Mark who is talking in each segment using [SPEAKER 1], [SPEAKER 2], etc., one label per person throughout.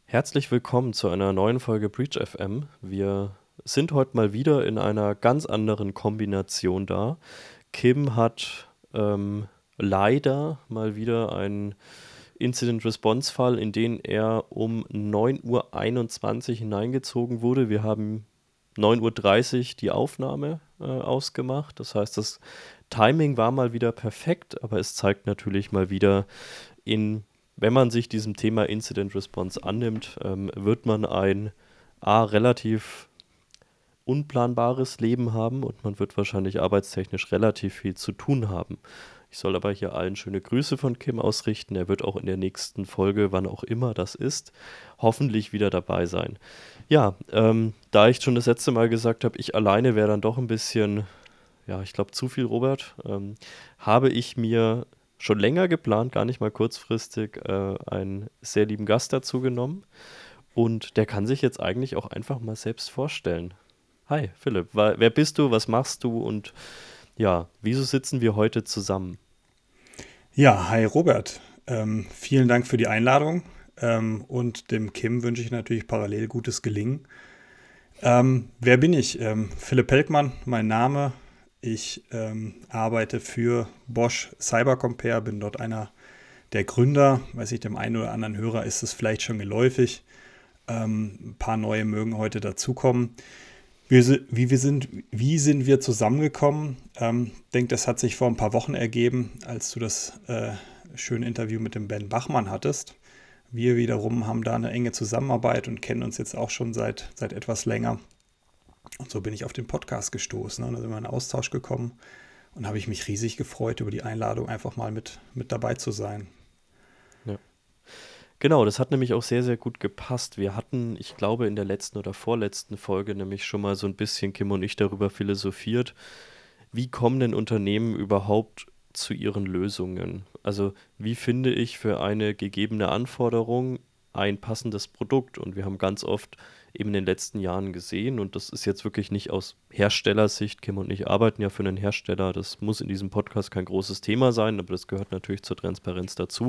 [SPEAKER 1] Herzlich willkommen zu einer neuen Folge Breach FM. Wir sind heute mal wieder in einer ganz anderen Kombination da. Kim hat leider mal wieder einen Incident-Response-Fall, in den er um 9:21 Uhr hineingezogen wurde. Wir haben 9:30 Uhr die Aufnahme ausgemacht. Das heißt, das Timing war mal wieder perfekt, aber es zeigt natürlich mal wieder, wenn man sich diesem Thema Incident Response annimmt, wird man ein relativ unplanbares Leben haben und man wird wahrscheinlich arbeitstechnisch relativ viel zu tun haben. Ich soll aber hier allen schöne Grüße von Kim ausrichten. Er wird auch in der nächsten Folge, wann auch immer das ist, hoffentlich wieder dabei sein. Ja, da ich schon das letzte Mal gesagt habe, ich alleine wäre dann doch ein bisschen, ja, ich glaube zu viel, Robert, habe ich mir schon länger geplant, gar nicht mal kurzfristig, einen sehr lieben Gast dazu genommen. Und der kann sich jetzt eigentlich auch einfach mal selbst vorstellen. Hi, Philipp, wer bist du, was machst du und ja, wieso sitzen wir heute zusammen?
[SPEAKER 2] Ja, hi Robert. Vielen Dank für die Einladung und dem Kim wünsche ich natürlich parallel gutes Gelingen. Wer bin ich? Philipp Pelkmann, mein Name. Ich arbeite für Bosch Cybercompare, bin dort einer der Gründer. Weiß ich, dem einen oder anderen Hörer ist es vielleicht schon geläufig. Ein paar neue mögen heute dazukommen. Wie sind wir zusammengekommen? Denke, das hat sich vor ein paar Wochen ergeben, als du das schöne Interview mit dem Ben Bachmann hattest. Wir wiederum haben da eine enge Zusammenarbeit und kennen uns jetzt auch schon seit etwas länger. Und so bin ich auf den Podcast gestoßen. Ne? Da sind wir in einen Austausch gekommen und habe ich mich riesig gefreut über die Einladung, einfach mal mit dabei zu sein.
[SPEAKER 1] Ja. Genau, das hat nämlich auch sehr, sehr gut gepasst. Wir hatten, ich glaube, in der letzten oder vorletzten Folge nämlich schon mal so ein bisschen, Kim und ich, darüber philosophiert, wie kommen denn Unternehmen überhaupt zu ihren Lösungen? Also wie finde ich für eine gegebene Anforderung ein passendes Produkt? Und wir haben ganz oft eben in den letzten Jahren gesehen, und das ist jetzt wirklich nicht aus Herstellersicht, Kim und ich arbeiten ja für einen Hersteller, das muss in diesem Podcast kein großes Thema sein, aber das gehört natürlich zur Transparenz dazu.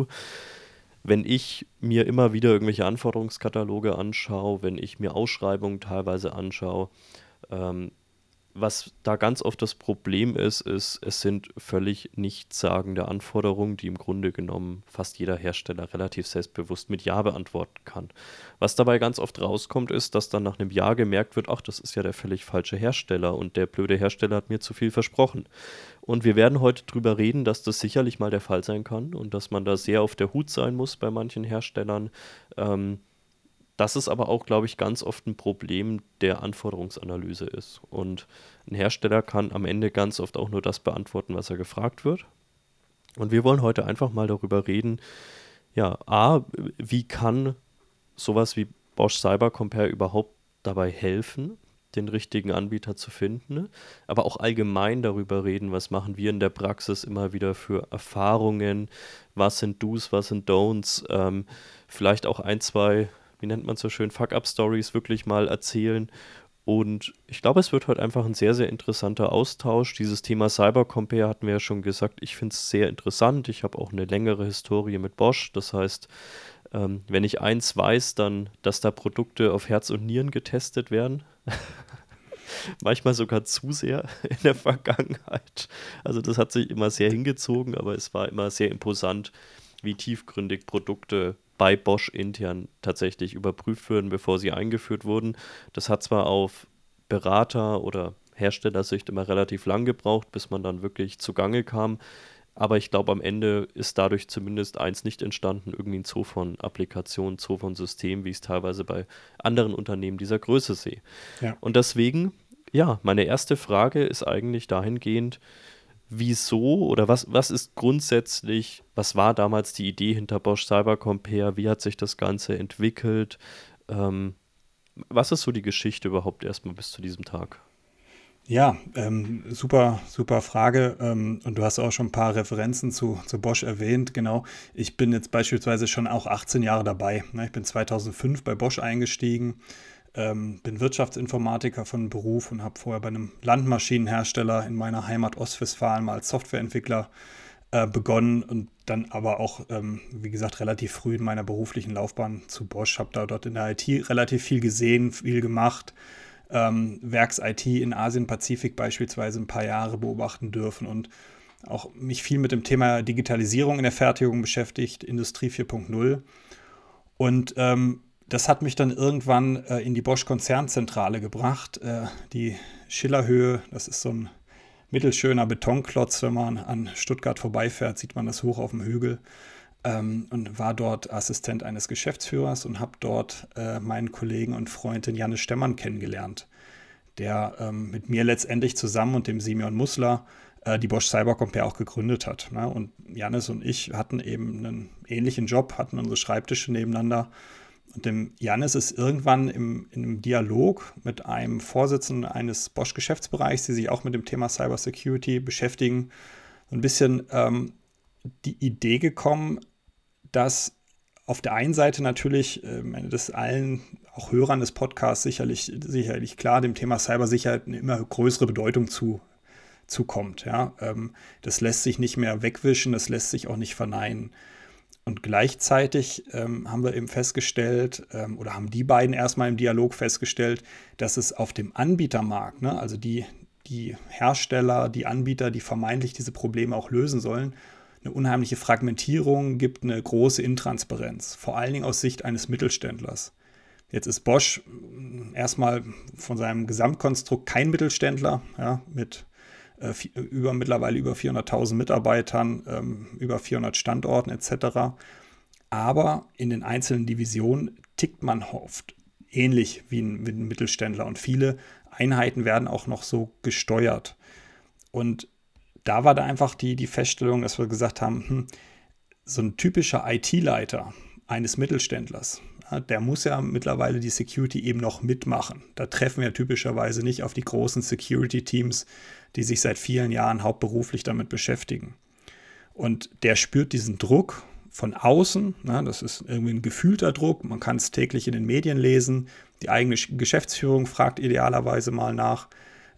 [SPEAKER 1] Wenn ich mir immer wieder irgendwelche Anforderungskataloge anschaue, wenn ich mir Ausschreibungen teilweise anschaue, ähm, was da ganz oft das Problem ist, es sind völlig nichtssagende Anforderungen, die im Grunde genommen fast jeder Hersteller relativ selbstbewusst mit Ja beantworten kann. Was dabei ganz oft rauskommt, ist, dass dann nach einem Jahr gemerkt wird, ach, das ist ja der völlig falsche Hersteller und der blöde Hersteller hat mir zu viel versprochen. Und wir werden heute drüber reden, dass das sicherlich mal der Fall sein kann und dass man da sehr auf der Hut sein muss bei manchen Herstellern. Ähm, Dass es aber auch, glaube ich, ganz oft ein Problem der Anforderungsanalyse ist. Und ein Hersteller kann am Ende ganz oft auch nur das beantworten, was er gefragt wird. Und wir wollen heute einfach mal darüber reden, ja, wie kann sowas wie Bosch Cybercompare überhaupt dabei helfen, den richtigen Anbieter zu finden, ne? Aber auch allgemein darüber reden, was machen wir in der Praxis immer wieder für Erfahrungen, was sind Do's, was sind Don'ts, vielleicht auch ein, zwei, wie nennt man so schön, Fuck-Up-Stories wirklich mal erzählen. Und ich glaube, es wird heute einfach ein sehr, sehr interessanter Austausch. Dieses Thema Cybercompare hatten wir ja schon gesagt. Ich finde es sehr interessant. Ich habe auch eine längere Historie mit Bosch. Das heißt, wenn ich eins weiß, dann, dass da Produkte auf Herz und Nieren getestet werden. Manchmal sogar zu sehr in der Vergangenheit. Also das hat sich immer sehr hingezogen, aber es war immer sehr imposant, wie tiefgründig Produkte bei Bosch intern tatsächlich überprüft wurden, bevor sie eingeführt wurden. Das hat zwar auf Berater- oder Herstellersicht immer relativ lang gebraucht, bis man dann wirklich zugange kam. Aber ich glaube, am Ende ist dadurch zumindest eins nicht entstanden, irgendwie ein Zoo von Applikationen, Zoo von Systemen, wie ich es teilweise bei anderen Unternehmen dieser Größe sehe.
[SPEAKER 2] Ja.
[SPEAKER 1] Und deswegen, ja, meine erste Frage ist eigentlich dahingehend, wieso oder was ist grundsätzlich, was war damals die Idee hinter Bosch Cybercompare, wie hat sich das Ganze entwickelt? Ähm, Was ist so die Geschichte überhaupt erstmal bis zu diesem Tag?
[SPEAKER 2] Ja, super, super Frage. Und du hast auch schon ein paar Referenzen zu Bosch erwähnt. Genau. Ich bin jetzt beispielsweise schon auch 18 Jahre dabei. Ne? Ich bin 2005 bei Bosch eingestiegen, bin Wirtschaftsinformatiker von Beruf und habe vorher bei einem Landmaschinenhersteller in meiner Heimat Ostwestfalen mal als Softwareentwickler begonnen und dann aber auch, wie gesagt, relativ früh in meiner beruflichen Laufbahn zu Bosch. Habe da dort in der IT relativ viel gesehen, viel gemacht. Werks-IT in Asien-Pazifik beispielsweise ein paar Jahre beobachten dürfen und auch mich viel mit dem Thema Digitalisierung in der Fertigung beschäftigt, Industrie 4.0. Und das hat mich dann irgendwann in die Bosch-Konzernzentrale gebracht. Die Schillerhöhe, das ist so ein mittelschöner Betonklotz. Wenn man an Stuttgart vorbeifährt, sieht man das hoch auf dem Hügel. Und war dort Assistent eines Geschäftsführers und habe dort meinen Kollegen und Freund, den Jannis Stemmann, kennengelernt, der mit mir letztendlich zusammen und dem Simeon Mussler die Bosch Cybercompare auch gegründet hat. Ne? Und Jannis und ich hatten eben einen ähnlichen Job, hatten unsere Schreibtische nebeneinander. Und dem Jannis ist irgendwann in einem Dialog mit einem Vorsitzenden eines Bosch-Geschäftsbereichs, die sich auch mit dem Thema Cybersecurity beschäftigen, so ein bisschen die Idee gekommen, dass auf der einen Seite natürlich, das allen, auch Hörern des Podcasts sicherlich klar, dem Thema Cybersicherheit eine immer größere Bedeutung zukommt. Ja? Das lässt sich nicht mehr wegwischen, das lässt sich auch nicht verneinen. Und gleichzeitig haben wir eben festgestellt, oder haben die beiden erstmal im Dialog festgestellt, dass es auf dem Anbietermarkt, ne, also die Hersteller, die Anbieter, die vermeintlich diese Probleme auch lösen sollen, eine unheimliche Fragmentierung gibt, eine große Intransparenz, vor allen Dingen aus Sicht eines Mittelständlers. Jetzt ist Bosch erstmal von seinem Gesamtkonstrukt kein Mittelständler, ja, mit mittlerweile über 400.000 Mitarbeitern, über 400 Standorten etc. Aber in den einzelnen Divisionen tickt man oft ähnlich wie ein Mittelständler und viele Einheiten werden auch noch so gesteuert. Und da war da einfach die Feststellung, dass wir gesagt haben, so ein typischer IT-Leiter eines Mittelständlers, ja, der muss ja mittlerweile die Security eben noch mitmachen. Da treffen wir typischerweise nicht auf die großen Security-Teams, die sich seit vielen Jahren hauptberuflich damit beschäftigen. Und der spürt diesen Druck von außen, ne, das ist irgendwie ein gefühlter Druck, man kann es täglich in den Medien lesen, die eigene Geschäftsführung fragt idealerweise mal nach,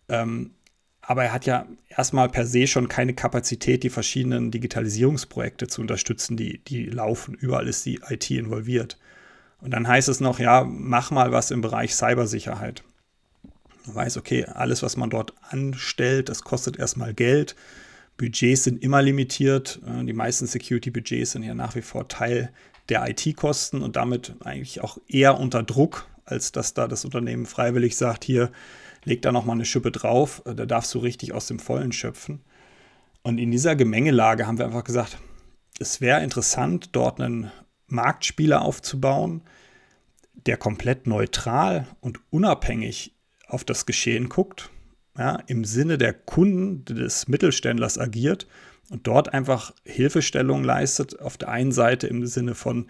[SPEAKER 2] aber er hat ja erstmal per se schon keine Kapazität, die verschiedenen Digitalisierungsprojekte zu unterstützen, die laufen. Überall ist die IT involviert. Und dann heißt es noch, ja, mach mal was im Bereich Cybersicherheit. Man weiß, okay, alles, was man dort anstellt, das kostet erstmal Geld. Budgets sind immer limitiert. Die meisten Security-Budgets sind ja nach wie vor Teil der IT-Kosten und damit eigentlich auch eher unter Druck, als dass da das Unternehmen freiwillig sagt, hier, leg da nochmal eine Schippe drauf, da darfst du richtig aus dem Vollen schöpfen. Und in dieser Gemengelage haben wir einfach gesagt, es wäre interessant, dort einen Marktspieler aufzubauen, der komplett neutral und unabhängig auf das Geschehen guckt, ja, im Sinne der Kunden des Mittelständlers agiert und dort einfach Hilfestellung leistet, auf der einen Seite im Sinne von,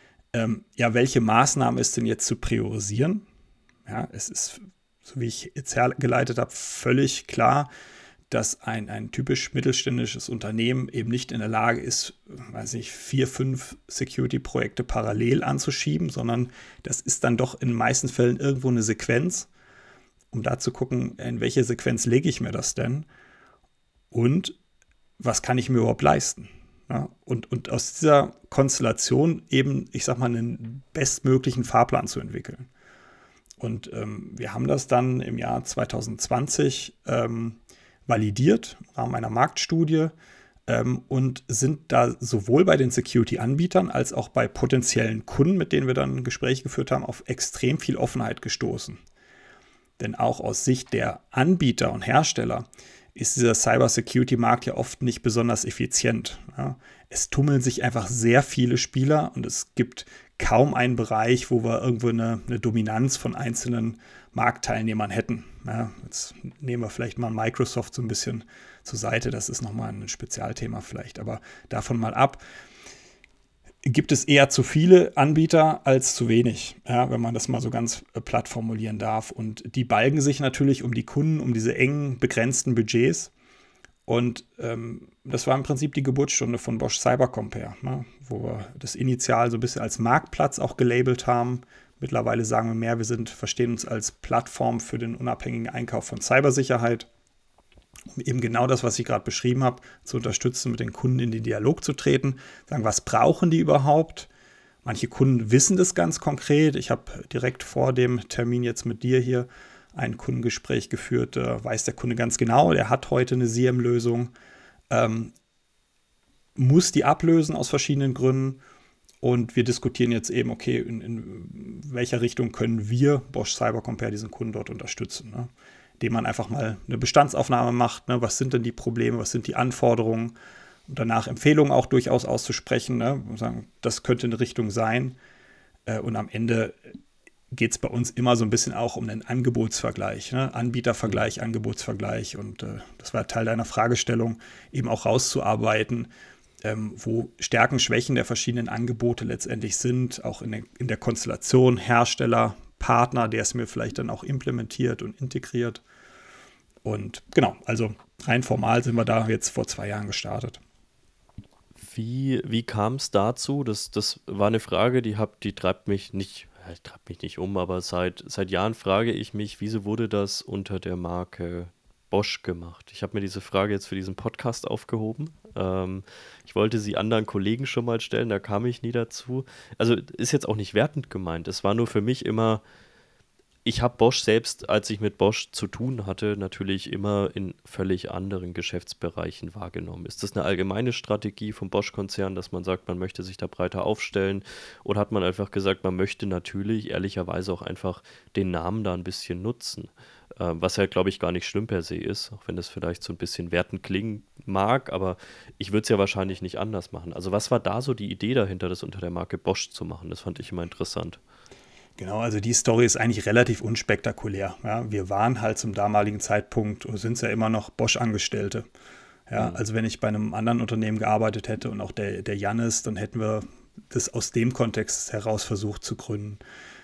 [SPEAKER 2] welche Maßnahme ist denn jetzt zu priorisieren? Ja, es ist, so wie ich jetzt hergeleitet habe, völlig klar, dass ein typisch mittelständisches Unternehmen eben nicht in der Lage ist, 4, 5 Security-Projekte parallel anzuschieben, sondern das ist dann doch in den meisten Fällen irgendwo eine Sequenz, um da zu gucken, in welche Sequenz lege ich mir das denn und was kann ich mir überhaupt leisten. Ja, und aus dieser Konstellation eben, ich sag mal, einen bestmöglichen Fahrplan zu entwickeln. Und wir haben das dann im Jahr 2020 validiert im Rahmen einer Marktstudie und sind da sowohl bei den Security-Anbietern als auch bei potenziellen Kunden, mit denen wir dann Gespräche geführt haben, auf extrem viel Offenheit gestoßen. Denn auch aus Sicht der Anbieter und Hersteller ist dieser Cyber-Security-Markt ja oft nicht besonders effizient. Ja. Es tummeln sich einfach sehr viele Spieler und es gibt kaum einen Bereich, wo wir irgendwo eine Dominanz von einzelnen Marktteilnehmern hätten. Ja, jetzt nehmen wir vielleicht mal Microsoft so ein bisschen zur Seite, das ist nochmal ein Spezialthema vielleicht, aber davon mal ab. Gibt es eher zu viele Anbieter als zu wenig, ja, wenn man das mal so ganz platt formulieren darf. Und die balgen sich natürlich um die Kunden, um diese engen, begrenzten Budgets. Und das war im Prinzip die Geburtsstunde von Bosch Cybercompare, ne, wo wir das initial so ein bisschen als Marktplatz auch gelabelt haben. Mittlerweile sagen wir mehr, wir verstehen uns als Plattform für den unabhängigen Einkauf von Cybersicherheit. um eben genau das, was ich gerade beschrieben habe, zu unterstützen, mit den Kunden in den Dialog zu treten, sagen, was brauchen die überhaupt? Manche Kunden wissen das ganz konkret. Ich habe direkt vor dem Termin jetzt mit dir hier ein Kundengespräch geführt. Da weiß der Kunde ganz genau, der hat heute eine SIEM-Lösung, muss die ablösen aus verschiedenen Gründen. Und wir diskutieren jetzt eben, okay, in welcher Richtung können wir, Bosch Cybercompare, diesen Kunden dort unterstützen. Ne? Indem man einfach mal eine Bestandsaufnahme macht. Ne? Was sind denn die Probleme, was sind die Anforderungen? Und danach Empfehlungen auch durchaus auszusprechen. Ne? Und sagen, das könnte eine Richtung sein. Und am Ende geht es bei uns immer so ein bisschen auch um einen Angebotsvergleich, ne? Anbietervergleich, Angebotsvergleich. Und das war Teil deiner Fragestellung, eben auch rauszuarbeiten, wo Stärken, Schwächen der verschiedenen Angebote letztendlich sind, auch in der Konstellation Hersteller, Partner, der es mir vielleicht dann auch implementiert und integriert. Und genau, also rein formal sind wir da jetzt vor 2 Jahren gestartet.
[SPEAKER 1] Wie kam es dazu? Das war eine Frage, die treibt mich nicht um, aber seit Jahren frage ich mich, wieso wurde das unter der Marke Bosch gemacht? Ich habe mir diese Frage jetzt für diesen Podcast aufgehoben. Ich wollte sie anderen Kollegen schon mal stellen, da kam ich nie dazu. Also ist jetzt auch nicht wertend gemeint. Es war nur für mich immer, ich habe Bosch selbst, als ich mit Bosch zu tun hatte, natürlich immer in völlig anderen Geschäftsbereichen wahrgenommen. Ist das eine allgemeine Strategie vom Bosch-Konzern, dass man sagt, man möchte sich da breiter aufstellen? Oder hat man einfach gesagt, man möchte natürlich ehrlicherweise auch einfach den Namen da ein bisschen nutzen? Was ja, glaube ich, gar nicht schlimm per se ist, auch wenn das vielleicht so ein bisschen wertend klingen mag, aber ich würde es ja wahrscheinlich nicht anders machen. Also was war da so die Idee dahinter, das unter der Marke Bosch zu machen? Das fand ich immer interessant.
[SPEAKER 2] Genau, also die Story ist eigentlich relativ unspektakulär. Ja, wir waren halt zum damaligen Zeitpunkt, oder sind es ja immer noch, Bosch-Angestellte. Ja, also wenn ich bei einem anderen Unternehmen gearbeitet hätte und auch der Jannis, dann hätten wir das aus dem Kontext heraus versucht zu gründen.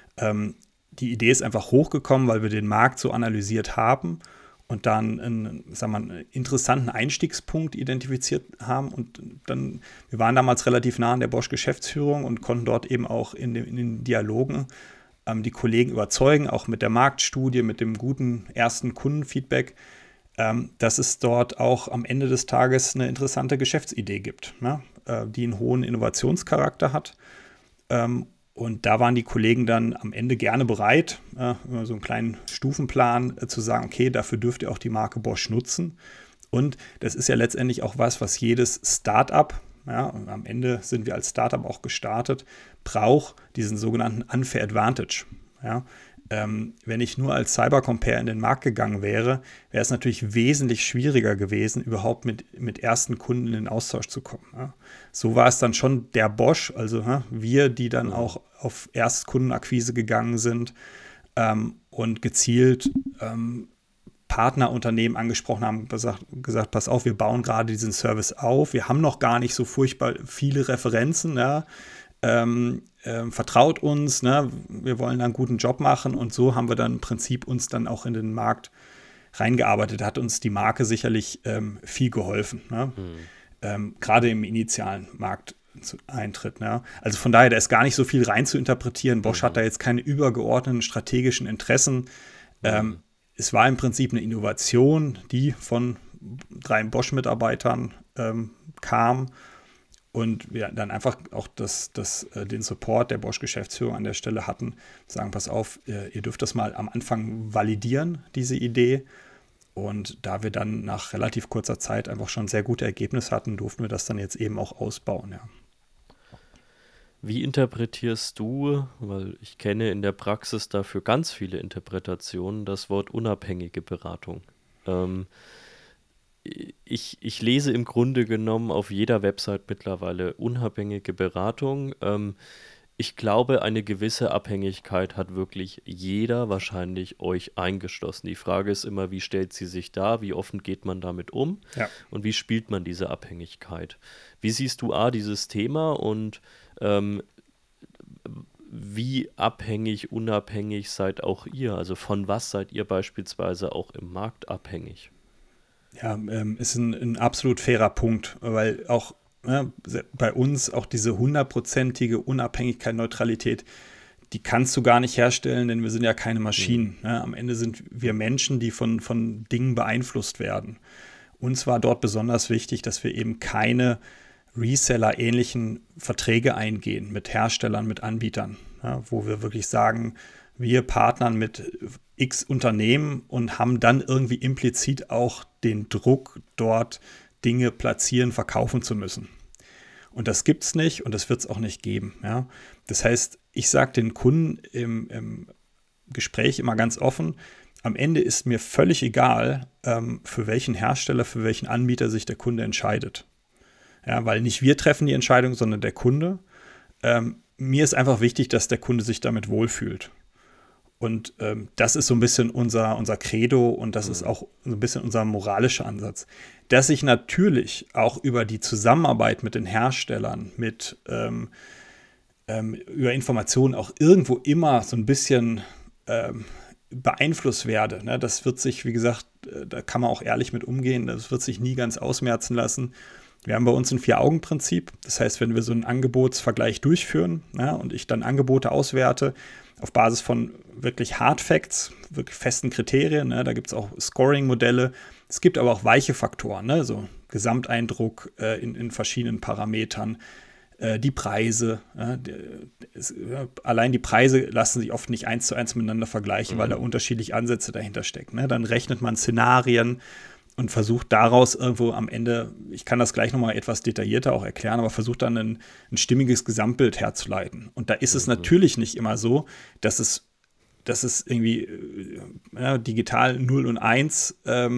[SPEAKER 2] Die Idee ist einfach hochgekommen, weil wir den Markt so analysiert haben und dann einen interessanten Einstiegspunkt identifiziert haben. Und dann, wir waren damals relativ nah an der Bosch-Geschäftsführung und konnten dort eben auch in den Dialogen die Kollegen überzeugen, auch mit der Marktstudie, mit dem guten ersten Kundenfeedback, dass es dort auch am Ende des Tages eine interessante Geschäftsidee gibt, ne? Die einen hohen Innovationscharakter hat. Und da waren die Kollegen dann am Ende gerne bereit, so einen kleinen Stufenplan zu sagen, okay, dafür dürft ihr auch die Marke Bosch nutzen. Und das ist ja letztendlich auch was jedes Start-up, ja, und am Ende sind wir als Startup auch gestartet, braucht diesen sogenannten Unfair Advantage. Ja. Wenn ich nur als Cybercompare in den Markt gegangen wäre, wäre es natürlich wesentlich schwieriger gewesen, überhaupt mit ersten Kunden in den Austausch zu kommen. Ja. So war es dann schon der Bosch, also wir, die dann auch auf Erstkundenakquise gegangen sind und gezielt Partnerunternehmen angesprochen haben, gesagt, pass auf, wir bauen gerade diesen Service auf, wir haben noch gar nicht so furchtbar viele Referenzen, ja. Vertraut uns, ne? Wir wollen da einen guten Job machen, und so haben wir dann im Prinzip uns dann auch in den Markt reingearbeitet. Hat uns die Marke sicherlich viel geholfen, ne? Gerade im initialen Markteintritt. Ne? Also von daher, da ist gar nicht so viel rein zu interpretieren. Bosch hat da jetzt keine übergeordneten strategischen Interessen. Es war im Prinzip eine Innovation, die von 3 Bosch-Mitarbeitern kam. Und wir dann einfach auch den Support der Bosch-Geschäftsführung an der Stelle hatten, sagen, pass auf, ihr dürft das mal am Anfang validieren, diese Idee. Und da wir dann nach relativ kurzer Zeit einfach schon sehr gute Ergebnisse hatten, durften wir das dann jetzt eben auch ausbauen, ja.
[SPEAKER 1] Wie interpretierst du, weil ich kenne in der Praxis dafür ganz viele Interpretationen, das Wort unabhängige Beratung? Ich lese im Grunde genommen auf jeder Website mittlerweile unabhängige Beratung. Ich glaube, eine gewisse Abhängigkeit hat wirklich jeder, wahrscheinlich euch eingeschlossen. Die Frage ist immer, wie stellt sie sich dar, wie offen geht man damit um,
[SPEAKER 2] Ja.
[SPEAKER 1] und wie spielt man diese Abhängigkeit? Wie siehst du dieses Thema, und wie abhängig, unabhängig seid auch ihr? Also von was seid ihr beispielsweise auch im Markt abhängig?
[SPEAKER 2] Ja, ist ein absolut fairer Punkt, weil auch bei uns auch diese 100%ige Unabhängigkeit, Neutralität, die kannst du gar nicht herstellen, denn wir sind ja keine Maschinen. Ne? Am Ende sind wir Menschen, die von Dingen beeinflusst werden. uns war dort besonders wichtig, dass wir eben keine Reseller-ähnlichen Verträge eingehen mit Herstellern, mit Anbietern, ja, wo wir wirklich sagen, wir partnern mit X Unternehmen und haben dann irgendwie implizit auch den Druck, dort Dinge platzieren, verkaufen zu müssen. Und das gibt es nicht und das wird es auch nicht geben. Ja. Das heißt, ich sage den Kunden im Gespräch immer ganz offen, am Ende ist mir völlig egal, für welchen Hersteller, für welchen Anbieter sich der Kunde entscheidet. Ja, weil nicht wir treffen die Entscheidung, sondern der Kunde. Mir ist einfach wichtig, dass der Kunde sich damit wohlfühlt. Und das ist so ein bisschen unser Credo und das ist auch so ein bisschen unser moralischer Ansatz. Dass ich natürlich auch über die Zusammenarbeit mit den Herstellern, über Informationen auch irgendwo immer so ein bisschen beeinflusst werde. Ne? Das wird sich, wie gesagt, da kann man auch ehrlich mit umgehen, das wird sich nie ganz ausmerzen lassen. Wir haben bei uns ein 4-Augen-Prinzip. Das heißt, wenn wir so einen Angebotsvergleich durchführen, ja, und ich dann Angebote auswerte auf Basis von wirklich Hard Facts, wirklich festen Kriterien, ne, da gibt es auch Scoring-Modelle. Es gibt aber auch weiche Faktoren, ne, so Gesamteindruck in verschiedenen Parametern, die Preise. Allein die Preise lassen sich oft nicht 1:1 miteinander vergleichen, weil da unterschiedliche Ansätze dahinter stecken. Ne. Dann rechnet man Szenarien und versucht daraus irgendwo am Ende, ich kann das gleich nochmal etwas detaillierter auch erklären, aber versucht dann ein stimmiges Gesamtbild herzuleiten. Und da ist es natürlich nicht immer so, dass es irgendwie digital 0 und 1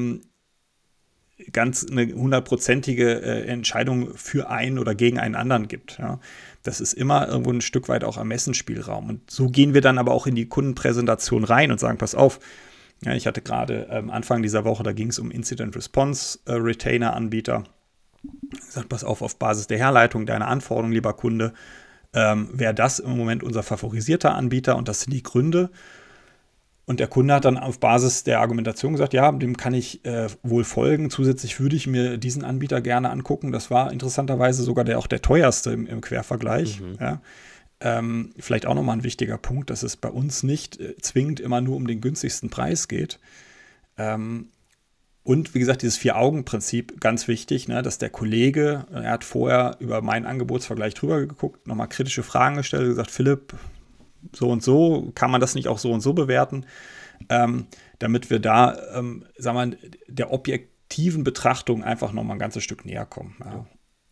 [SPEAKER 2] ganz eine 100%ige Entscheidung für einen oder gegen einen anderen gibt. Ja. Das ist immer irgendwo ein Stück weit auch Ermessensspielraum. Und so gehen wir dann aber auch in die Kundenpräsentation rein und sagen, pass auf, ja, ich hatte gerade Anfang dieser Woche, da ging es um Incident Response Retainer Anbieter. Ich gesagt, pass auf Basis der Herleitung deiner Anforderungen, lieber Kunde, wäre das im Moment unser favorisierter Anbieter und das sind die Gründe. Und der Kunde hat dann auf Basis der Argumentation gesagt, ja, dem kann ich wohl folgen. Zusätzlich würde ich mir diesen Anbieter gerne angucken. Das war interessanterweise sogar auch der teuerste im Quervergleich. Ja. Vielleicht auch nochmal ein wichtiger Punkt, dass es bei uns nicht zwingend immer nur um den günstigsten Preis geht. Und wie gesagt, dieses 4-Augen-Prinzip, ganz wichtig, ne, dass der Kollege, er hat vorher über meinen Angebotsvergleich drüber geguckt, nochmal kritische Fragen gestellt, gesagt, Philipp, so und so, kann man das nicht auch so und so bewerten, damit wir da, sagen wir, der objektiven Betrachtung einfach nochmal ein ganzes Stück näher kommen. Ja.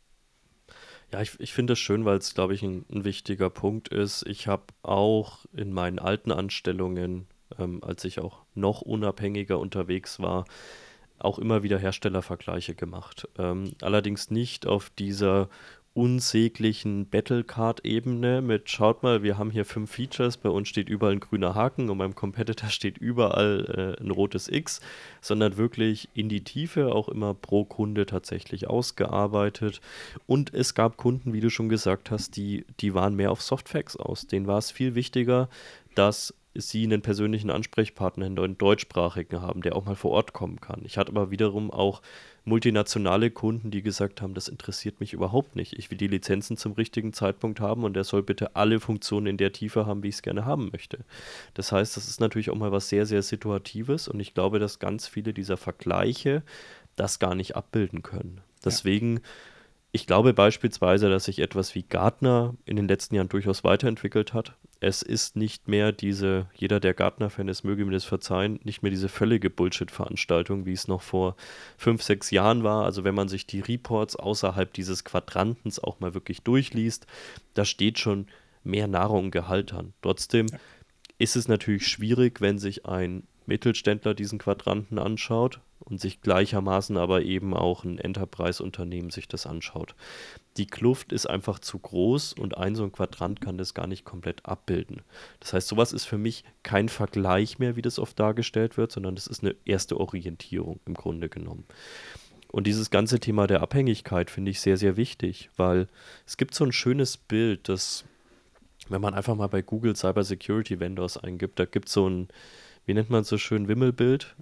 [SPEAKER 1] Ja, ich finde das schön, weil es, glaube ich, ein wichtiger Punkt ist. Ich habe auch in meinen alten Anstellungen, als ich auch noch unabhängiger unterwegs war, auch immer wieder Herstellervergleiche gemacht. Allerdings nicht auf dieser unsäglichen Battlecard-Ebene mit, schaut mal, wir haben hier 5 Features, bei uns steht überall ein grüner Haken und beim Competitor steht überall ein rotes X, sondern wirklich in die Tiefe, auch immer pro Kunde tatsächlich ausgearbeitet. Und es gab Kunden, wie du schon gesagt hast, die waren mehr auf Softfacts aus. Denen war es viel wichtiger, dass sie einen persönlichen Ansprechpartner, einen deutschsprachigen haben, der auch mal vor Ort kommen kann. Ich hatte aber wiederum auch multinationale Kunden, die gesagt haben, das interessiert mich überhaupt nicht. Ich will die Lizenzen zum richtigen Zeitpunkt haben und der soll bitte alle Funktionen in der Tiefe haben, wie ich es gerne haben möchte. Das heißt, das ist natürlich auch mal was sehr, sehr Situatives und ich glaube, dass ganz viele dieser Vergleiche das gar nicht abbilden können. Deswegen, ich glaube beispielsweise, dass sich etwas wie Gartner in den letzten Jahren durchaus weiterentwickelt hat. Es ist nicht mehr jeder, der Gartner-Fan ist, möge mir das verzeihen, nicht mehr diese völlige Bullshit-Veranstaltung, wie es noch vor 5, 6 Jahren war. Also wenn man sich die Reports außerhalb dieses Quadrantens auch mal wirklich durchliest, da steht schon mehr Nahrung und Gehalt an. Trotzdem ist es natürlich schwierig, wenn sich ein Mittelständler diesen Quadranten anschaut und sich gleichermaßen aber eben auch ein Enterprise-Unternehmen sich das anschaut. Die Kluft ist einfach zu groß und so ein Quadrant kann das gar nicht komplett abbilden. Das heißt, sowas ist für mich kein Vergleich mehr, wie das oft dargestellt wird, sondern das ist eine erste Orientierung im Grunde genommen. Und dieses ganze Thema der Abhängigkeit finde ich sehr, sehr wichtig, weil es gibt so ein schönes Bild, das, wenn man einfach mal bei Google Cyber Security Vendors eingibt, da gibt es so ein, wie nennt man es so schön, Wimmelbild.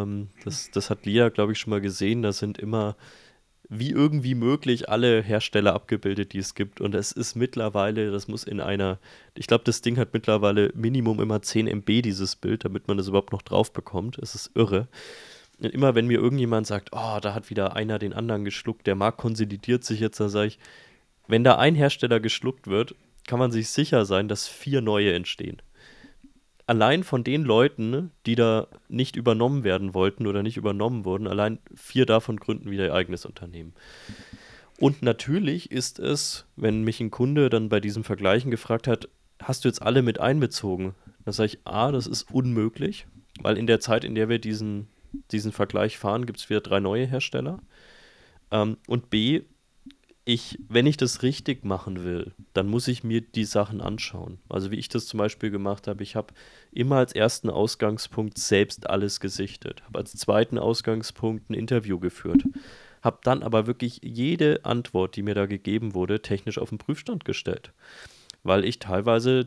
[SPEAKER 1] Das hat jeder, glaube ich, schon mal gesehen. Da sind immer wie irgendwie möglich alle Hersteller abgebildet, die es gibt. Und es ist mittlerweile, das muss ich glaube, das Ding hat mittlerweile Minimum immer 10 MB, dieses Bild, damit man das überhaupt noch drauf bekommt. Es ist irre. immer wenn mir irgendjemand sagt, oh, da hat wieder einer den anderen geschluckt, der Markt konsolidiert sich jetzt, dann sage ich, wenn da ein Hersteller geschluckt wird, kann man sich sicher sein, dass 4 neue entstehen. Allein von den Leuten, die da nicht übernommen werden wollten oder nicht übernommen wurden, allein 4 davon gründen wieder ihr eigenes Unternehmen. Und natürlich ist es, wenn mich ein Kunde dann bei diesem Vergleichen gefragt hat, hast du jetzt alle mit einbezogen? Da sage ich, A, das ist unmöglich, weil in der Zeit, in der wir diesen Vergleich fahren, gibt es wieder 3 neue Hersteller. Und B, wenn ich das richtig machen will, dann muss ich mir die Sachen anschauen. Also wie ich das zum Beispiel gemacht habe, ich habe immer als ersten Ausgangspunkt selbst alles gesichtet, habe als zweiten Ausgangspunkt ein Interview geführt, habe dann aber wirklich jede Antwort, die mir da gegeben wurde, technisch auf den Prüfstand gestellt, weil ich teilweise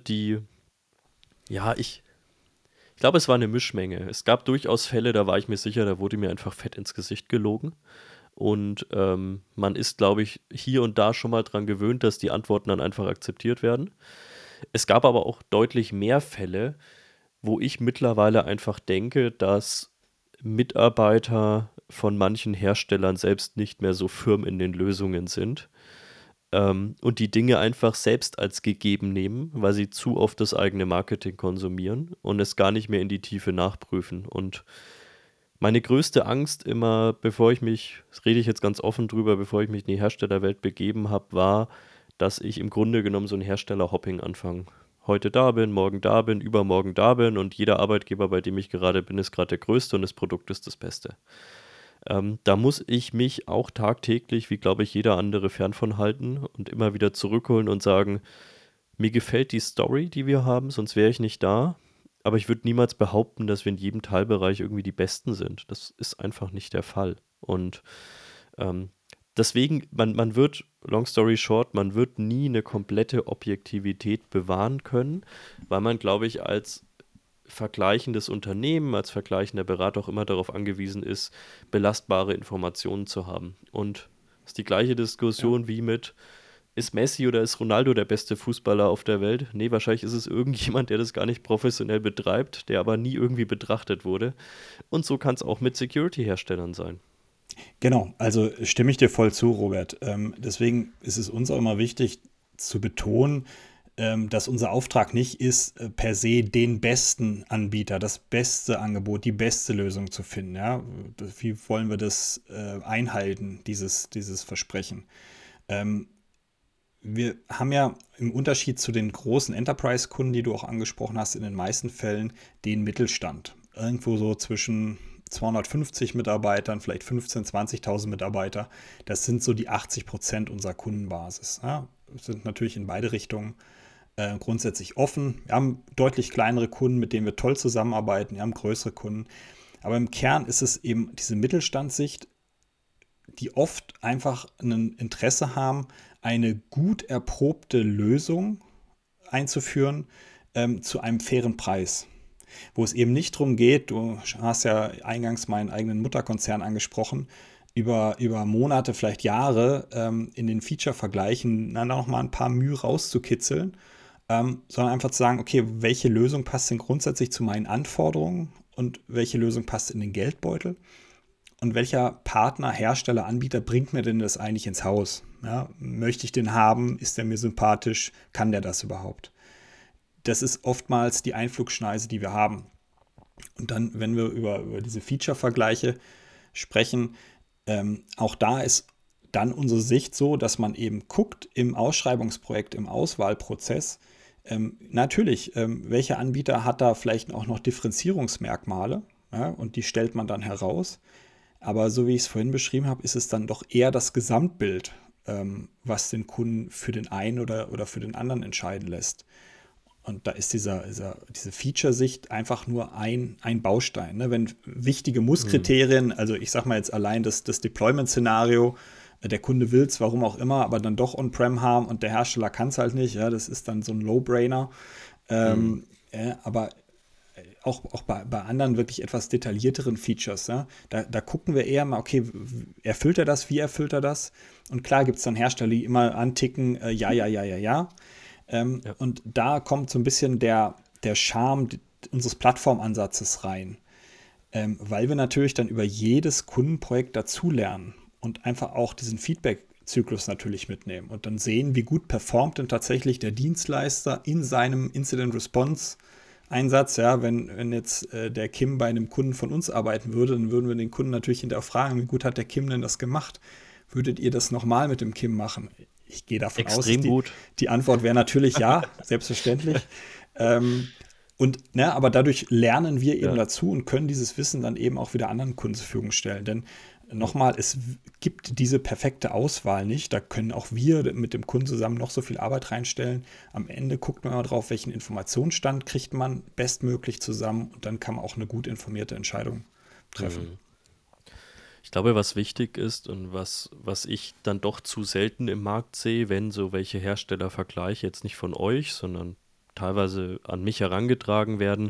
[SPEAKER 1] ich glaube, es war eine Mischmenge. Es gab durchaus Fälle, da war ich mir sicher, da wurde mir einfach fett ins Gesicht gelogen. Und man ist, glaube ich, hier und da schon mal dran gewöhnt, dass die Antworten dann einfach akzeptiert werden. Es gab aber auch deutlich mehr Fälle, wo ich mittlerweile einfach denke, dass Mitarbeiter von manchen Herstellern selbst nicht mehr so firm in den Lösungen sind und die Dinge einfach selbst als gegeben nehmen, weil sie zu oft das eigene Marketing konsumieren und es gar nicht mehr in die Tiefe nachprüfen. Und meine größte Angst immer, das rede ich jetzt ganz offen drüber, bevor ich mich in die Herstellerwelt begeben habe, war, dass ich im Grunde genommen so ein Hersteller-Hopping anfange. Heute da bin, morgen da bin, übermorgen da bin und jeder Arbeitgeber, bei dem ich gerade bin, ist gerade der größte und das Produkt ist das Beste. Da muss ich mich auch tagtäglich, wie glaube ich jeder andere, fern von halten und immer wieder zurückholen und sagen, mir gefällt die Story, die wir haben, sonst wäre ich nicht da. Aber ich würde niemals behaupten, dass wir in jedem Teilbereich irgendwie die Besten sind. Das ist einfach nicht der Fall. Und ähm, deswegen, man wird, long story short, man wird nie eine komplette Objektivität bewahren können, weil man, glaube ich, als vergleichendes Unternehmen, als vergleichender Berater auch immer darauf angewiesen ist, belastbare Informationen zu haben. Und das ist die gleiche
[SPEAKER 2] Ja.
[SPEAKER 1] Diskussion wie mit, ist Messi oder ist Ronaldo der beste Fußballer auf der Welt? Nee, wahrscheinlich ist es irgendjemand, der das gar nicht professionell betreibt, der aber nie irgendwie betrachtet wurde. Und so kann es auch mit Security-Herstellern sein.
[SPEAKER 2] Genau, also stimme ich dir voll zu, Robert. Deswegen ist es uns auch immer wichtig zu betonen, dass unser Auftrag nicht ist, per se den besten Anbieter, das beste Angebot, die beste Lösung zu finden. Ja? Wie wollen wir das einhalten, dieses Versprechen? Ähm, Wir haben ja im Unterschied zu den großen Enterprise-Kunden, die du auch angesprochen hast, in den meisten Fällen den Mittelstand. Irgendwo so zwischen 250 Mitarbeitern, vielleicht 15.000, 20.000 Mitarbeiter. Das sind so die 80% unserer Kundenbasis. Ja, sind natürlich in beide Richtungen grundsätzlich offen. Wir haben deutlich kleinere Kunden, mit denen wir toll zusammenarbeiten. Wir haben größere Kunden. Aber im Kern ist es eben diese Mittelstandssicht, die oft einfach ein Interesse haben, eine gut erprobte Lösung einzuführen zu einem fairen Preis. Wo es eben nicht darum geht, du hast ja eingangs meinen eigenen Mutterkonzern angesprochen, über Monate, vielleicht Jahre in den Feature-Vergleichen dann noch mal ein paar Mühe rauszukitzeln, sondern einfach zu sagen, okay, welche Lösung passt denn grundsätzlich zu meinen Anforderungen und welche Lösung passt in den Geldbeutel? Und welcher Partner, Hersteller, Anbieter bringt mir denn das eigentlich ins Haus? Ja, möchte ich den haben? Ist der mir sympathisch? Kann der das überhaupt? Das ist oftmals die Einflugschneise, die wir haben. Und dann, wenn wir über diese Feature-Vergleiche sprechen, auch da ist dann unsere Sicht so, dass man eben guckt im Ausschreibungsprojekt, im Auswahlprozess, natürlich, welcher Anbieter hat da vielleicht auch noch Differenzierungsmerkmale, ja, und die stellt man dann heraus. Aber so wie ich es vorhin beschrieben habe, ist es dann doch eher das Gesamtbild, was den Kunden für den einen oder für den anderen entscheiden lässt. Und da ist diese Feature-Sicht einfach nur ein Baustein. Ne? Wenn wichtige
[SPEAKER 1] Hm.
[SPEAKER 2] Muss-Kriterien, also ich sage mal jetzt allein das Deployment-Szenario, der Kunde will es, warum auch immer, aber dann doch On-Prem haben und der Hersteller kann es halt nicht, ja, das ist dann so ein Low-Brainer.
[SPEAKER 1] Hm.
[SPEAKER 2] Aber auch bei anderen wirklich etwas detaillierteren Features, ja, da gucken wir eher mal, okay, erfüllt er das, wie erfüllt er das? Und klar gibt es dann Hersteller, die immer anticken, ja, ja, ja, ja, ja.
[SPEAKER 1] Ja.
[SPEAKER 2] Und da kommt so ein bisschen der Charme unseres Plattformansatzes rein. weil wir natürlich dann über jedes Kundenprojekt dazulernen und einfach auch diesen Feedback-Zyklus natürlich mitnehmen und dann sehen, wie gut performt denn tatsächlich der Dienstleister in seinem Incident-Response-Einsatz. Ja, wenn jetzt der Kim bei einem Kunden von uns arbeiten würde, dann würden wir den Kunden natürlich hinterher fragen, wie gut hat der Kim denn das gemacht? Würdet ihr das nochmal mit dem Kim machen? Ich gehe davon aus, dass
[SPEAKER 1] Extrem gut.
[SPEAKER 2] die Antwort wäre natürlich ja, selbstverständlich. Aber dadurch lernen wir eben
[SPEAKER 1] Ja.
[SPEAKER 2] dazu und können dieses Wissen dann eben auch wieder anderen Kunden zur Verfügung stellen. Denn nochmal, es gibt diese perfekte Auswahl nicht. Da können auch wir mit dem Kunden zusammen noch so viel Arbeit reinstellen. Am Ende guckt man mal drauf, welchen Informationsstand kriegt man bestmöglich zusammen und dann kann man auch eine gut informierte Entscheidung treffen.
[SPEAKER 1] Mhm. Ich glaube, was wichtig ist und was ich dann doch zu selten im Markt sehe, wenn so welche Herstellervergleiche jetzt nicht von euch, sondern teilweise an mich herangetragen werden,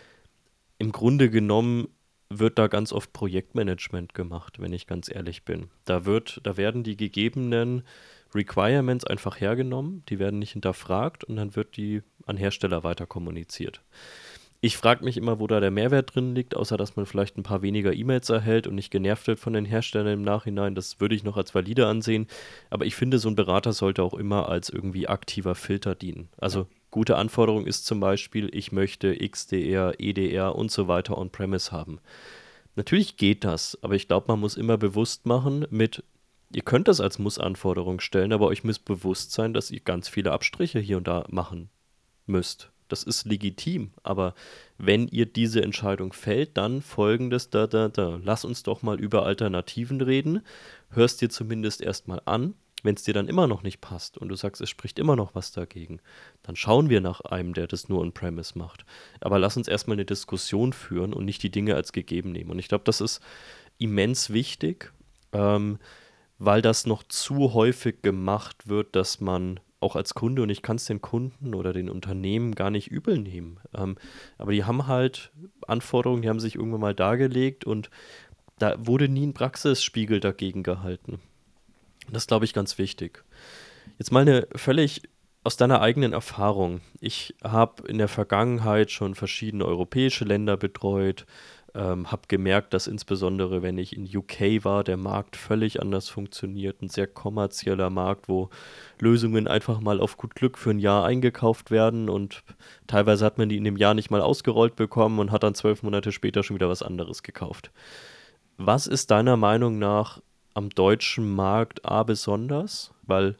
[SPEAKER 1] im Grunde genommen wird da ganz oft Projektmanagement gemacht, wenn ich ganz ehrlich bin. Da werden die gegebenen Requirements einfach hergenommen, die werden nicht hinterfragt und dann wird die an Hersteller weiter kommuniziert. Ich frage mich immer, wo da der Mehrwert drin liegt, außer dass man vielleicht ein paar weniger E-Mails erhält und nicht genervt wird von den Herstellern im Nachhinein. Das würde ich noch als valide ansehen. Aber ich finde, so ein Berater sollte auch immer als irgendwie aktiver Filter dienen. Also gute Anforderung ist zum Beispiel, ich möchte XDR, EDR und so weiter on-premise haben. Natürlich geht das, aber ich glaube, man muss immer bewusst machen ihr könnt das als Muss-Anforderung stellen, aber euch müsst bewusst sein, dass ihr ganz viele Abstriche hier und da machen müsst. Das ist legitim, aber wenn ihr diese Entscheidung fällt, dann folgendes, Lass uns doch mal über Alternativen reden. Hörst dir zumindest erstmal an. Wenn es dir dann immer noch nicht passt und du sagst, es spricht immer noch was dagegen, dann schauen wir nach einem, der das nur on-premise macht. Aber lass uns erstmal eine Diskussion führen und nicht die Dinge als gegeben nehmen. Und ich glaube, das ist immens wichtig, ähm, weil das noch zu häufig gemacht wird, dass man auch als Kunde, und ich kann es den Kunden oder den Unternehmen gar nicht übel nehmen, aber die haben halt Anforderungen, die haben sich irgendwann mal dargelegt und da wurde nie ein Praxisspiegel dagegen gehalten. Das ist, glaube ich, ganz wichtig. Jetzt mal eine völlig aus deiner eigenen Erfahrung. Ich habe in der Vergangenheit schon verschiedene europäische Länder betreut, habe gemerkt, dass insbesondere, wenn ich in UK war, der Markt völlig anders funktioniert. Ein sehr kommerzieller Markt, wo Lösungen einfach mal auf gut Glück für ein Jahr eingekauft werden und teilweise hat man die in dem Jahr nicht mal ausgerollt bekommen und hat dann 12 Monate später schon wieder was anderes gekauft. Was ist deiner Meinung nach am deutschen Markt besonders? Weil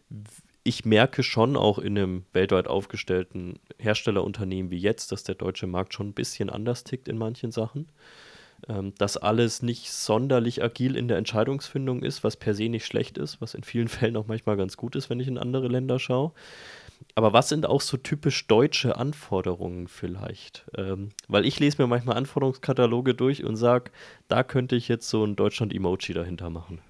[SPEAKER 1] ich merke schon auch in einem weltweit aufgestellten Herstellerunternehmen wie jetzt, dass der deutsche Markt schon ein bisschen anders tickt in manchen Sachen. Dass alles nicht sonderlich agil in der Entscheidungsfindung ist, was per se nicht schlecht ist, was in vielen Fällen auch manchmal ganz gut ist, wenn ich in andere Länder schaue. Aber was sind auch so typisch deutsche Anforderungen vielleicht? Weil ich lese mir manchmal Anforderungskataloge durch und sage, da könnte ich jetzt so ein Deutschland-Emoji dahinter machen.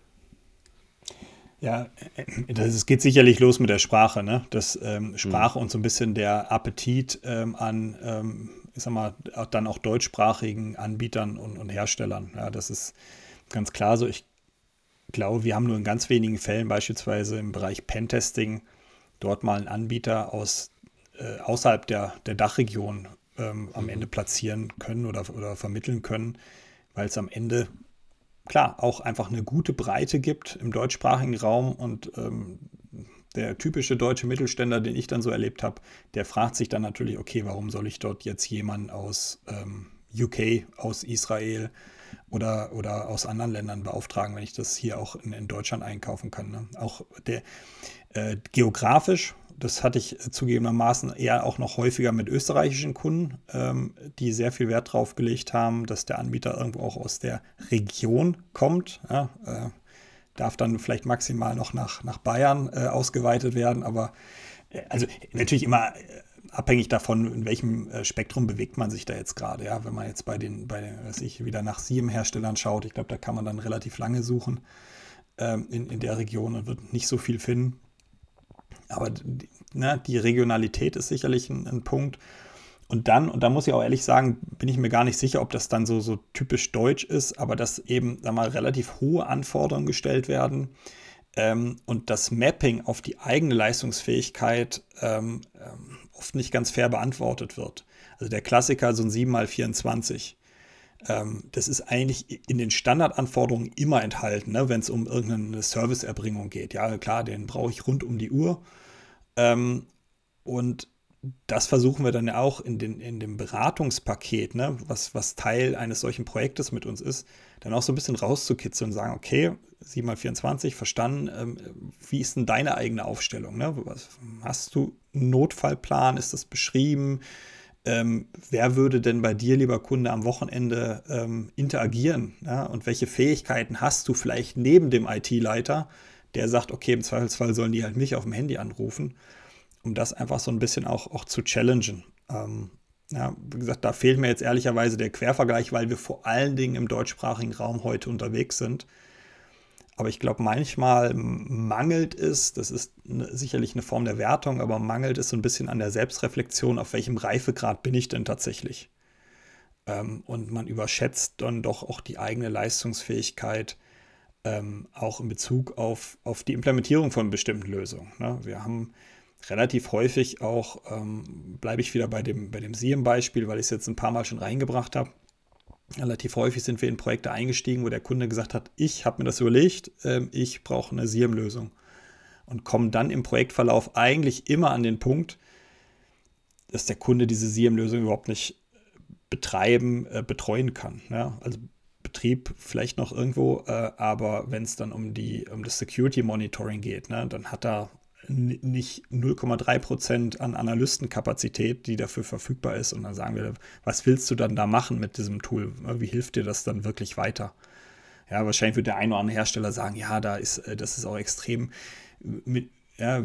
[SPEAKER 2] Ja, es geht sicherlich los mit der Sprache, ne? Das
[SPEAKER 1] Hm.
[SPEAKER 2] Sprache und so ein bisschen der Appetit an, ich sag mal, dann auch deutschsprachigen Anbietern und Herstellern. Ja, das ist ganz klar so. Ich glaube, wir haben nur in ganz wenigen Fällen, beispielsweise im Bereich Pentesting, dort mal einen Anbieter außerhalb der Dachregion am Ende
[SPEAKER 1] Mhm.
[SPEAKER 2] platzieren können oder vermitteln können, weil es am Ende klar auch einfach eine gute Breite gibt im deutschsprachigen Raum und der typische deutsche Mittelständler, den ich dann so erlebt habe, der fragt sich dann natürlich, okay, warum soll ich dort jetzt jemanden aus UK, aus Israel oder aus anderen Ländern beauftragen, wenn ich das hier auch in Deutschland einkaufen kann. Ne? Auch geografisch, das hatte ich zugegebenermaßen eher auch noch häufiger mit österreichischen Kunden, die sehr viel Wert drauf gelegt haben, dass der Anbieter irgendwo auch aus der Region kommt. Ja, darf dann vielleicht maximal noch nach Bayern ausgeweitet werden, aber also natürlich immer abhängig davon, in welchem Spektrum bewegt man sich da jetzt gerade. Ja? Wenn man jetzt weiß ich, wieder nach SIEM-Herstellern schaut, ich glaube, da kann man dann relativ lange suchen in der Region und wird nicht so viel finden. Aber die Regionalität ist sicherlich ein Punkt. Und da muss ich auch ehrlich sagen, bin ich mir gar nicht sicher, ob das dann so typisch deutsch ist, aber dass eben, sag mal, relativ hohe Anforderungen gestellt werden und das Mapping auf die eigene Leistungsfähigkeit oft nicht ganz fair beantwortet wird. Also der Klassiker, so ein 7x24. Das ist eigentlich in den Standardanforderungen immer enthalten, ne, wenn es um irgendeine Serviceerbringung geht. Ja, klar, den brauche ich rund um die Uhr. Ähm, und das versuchen wir dann ja auch in dem Beratungspaket, ne, was Teil eines solchen Projektes mit uns ist, dann auch so ein bisschen rauszukitzeln und sagen, okay, 7x24, verstanden, wie ist denn deine eigene Aufstellung? Ne? Hast du einen Notfallplan? Ist das beschrieben? Wer würde denn bei dir, lieber Kunde, am Wochenende interagieren? Ja? Und welche Fähigkeiten hast du vielleicht neben dem IT-Leiter, der sagt, okay, im Zweifelsfall sollen die halt mich auf dem Handy anrufen, um das einfach so ein bisschen auch zu challengen. Ja, wie gesagt, da fehlt mir jetzt ehrlicherweise der Quervergleich, weil wir vor allen Dingen im deutschsprachigen Raum heute unterwegs sind. Aber ich glaube, manchmal mangelt es, das ist sicherlich eine Form der Wertung, aber mangelt es so ein bisschen an der Selbstreflexion, auf welchem Reifegrad bin ich denn tatsächlich? Und man überschätzt dann doch auch die eigene Leistungsfähigkeit, auch in Bezug auf die Implementierung von bestimmten Lösungen. Ne? Wir haben relativ häufig auch, bleibe ich wieder bei dem SIEM-Beispiel, weil ich es jetzt ein paar Mal schon reingebracht habe. Relativ häufig sind wir in Projekte eingestiegen, wo der Kunde gesagt hat, ich habe mir das überlegt, ich brauche eine SIEM-Lösung. Und kommen dann im Projektverlauf eigentlich immer an den Punkt, dass der Kunde diese SIEM-Lösung überhaupt nicht betreuen kann. Ja? Also Betrieb vielleicht noch irgendwo, aber wenn es dann um das Security Monitoring geht, ne, dann hat er nicht 0,3% an Analystenkapazität, die dafür verfügbar ist. Und dann sagen wir, was willst du dann da machen mit diesem Tool? Wie hilft dir das dann wirklich weiter? Ja, wahrscheinlich wird der ein oder andere Hersteller sagen, ja, das ist auch extrem mit, ja,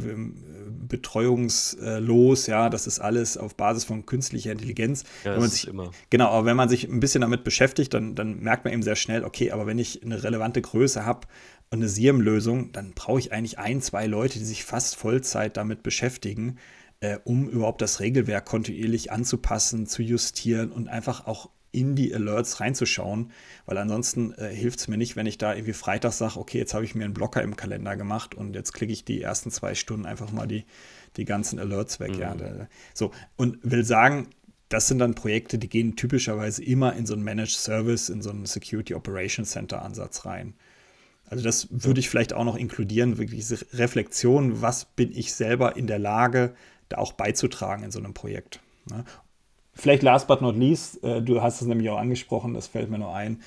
[SPEAKER 2] betreuungslos, ja, das ist alles auf Basis von künstlicher Intelligenz.
[SPEAKER 1] Ja,
[SPEAKER 2] Wenn man
[SPEAKER 1] es ist
[SPEAKER 2] sich,
[SPEAKER 1] immer.
[SPEAKER 2] genau, aber wenn man sich ein bisschen damit beschäftigt, dann merkt man eben sehr schnell, okay, aber wenn ich eine relevante Größe habe und eine SIEM-Lösung, dann brauche ich eigentlich ein, zwei Leute, die sich fast Vollzeit damit beschäftigen, um überhaupt das Regelwerk kontinuierlich anzupassen, zu justieren und einfach auch in die Alerts reinzuschauen, weil ansonsten hilft es mir nicht, wenn ich da irgendwie Freitag sage, okay, jetzt habe ich mir einen Blocker im Kalender gemacht und jetzt klicke ich die ersten 2 Stunden einfach mal die ganzen Alerts weg. Ja. So, und will sagen, das sind dann Projekte, die gehen typischerweise immer in so einen Managed Service, in so einen Security Operations Center Ansatz rein. Also das würde ich vielleicht auch noch inkludieren, wirklich diese Reflexion, was bin ich selber in der Lage, da auch beizutragen in so einem Projekt. Ne? Vielleicht last but not least, du hast es nämlich auch angesprochen, das fällt mir nur ein,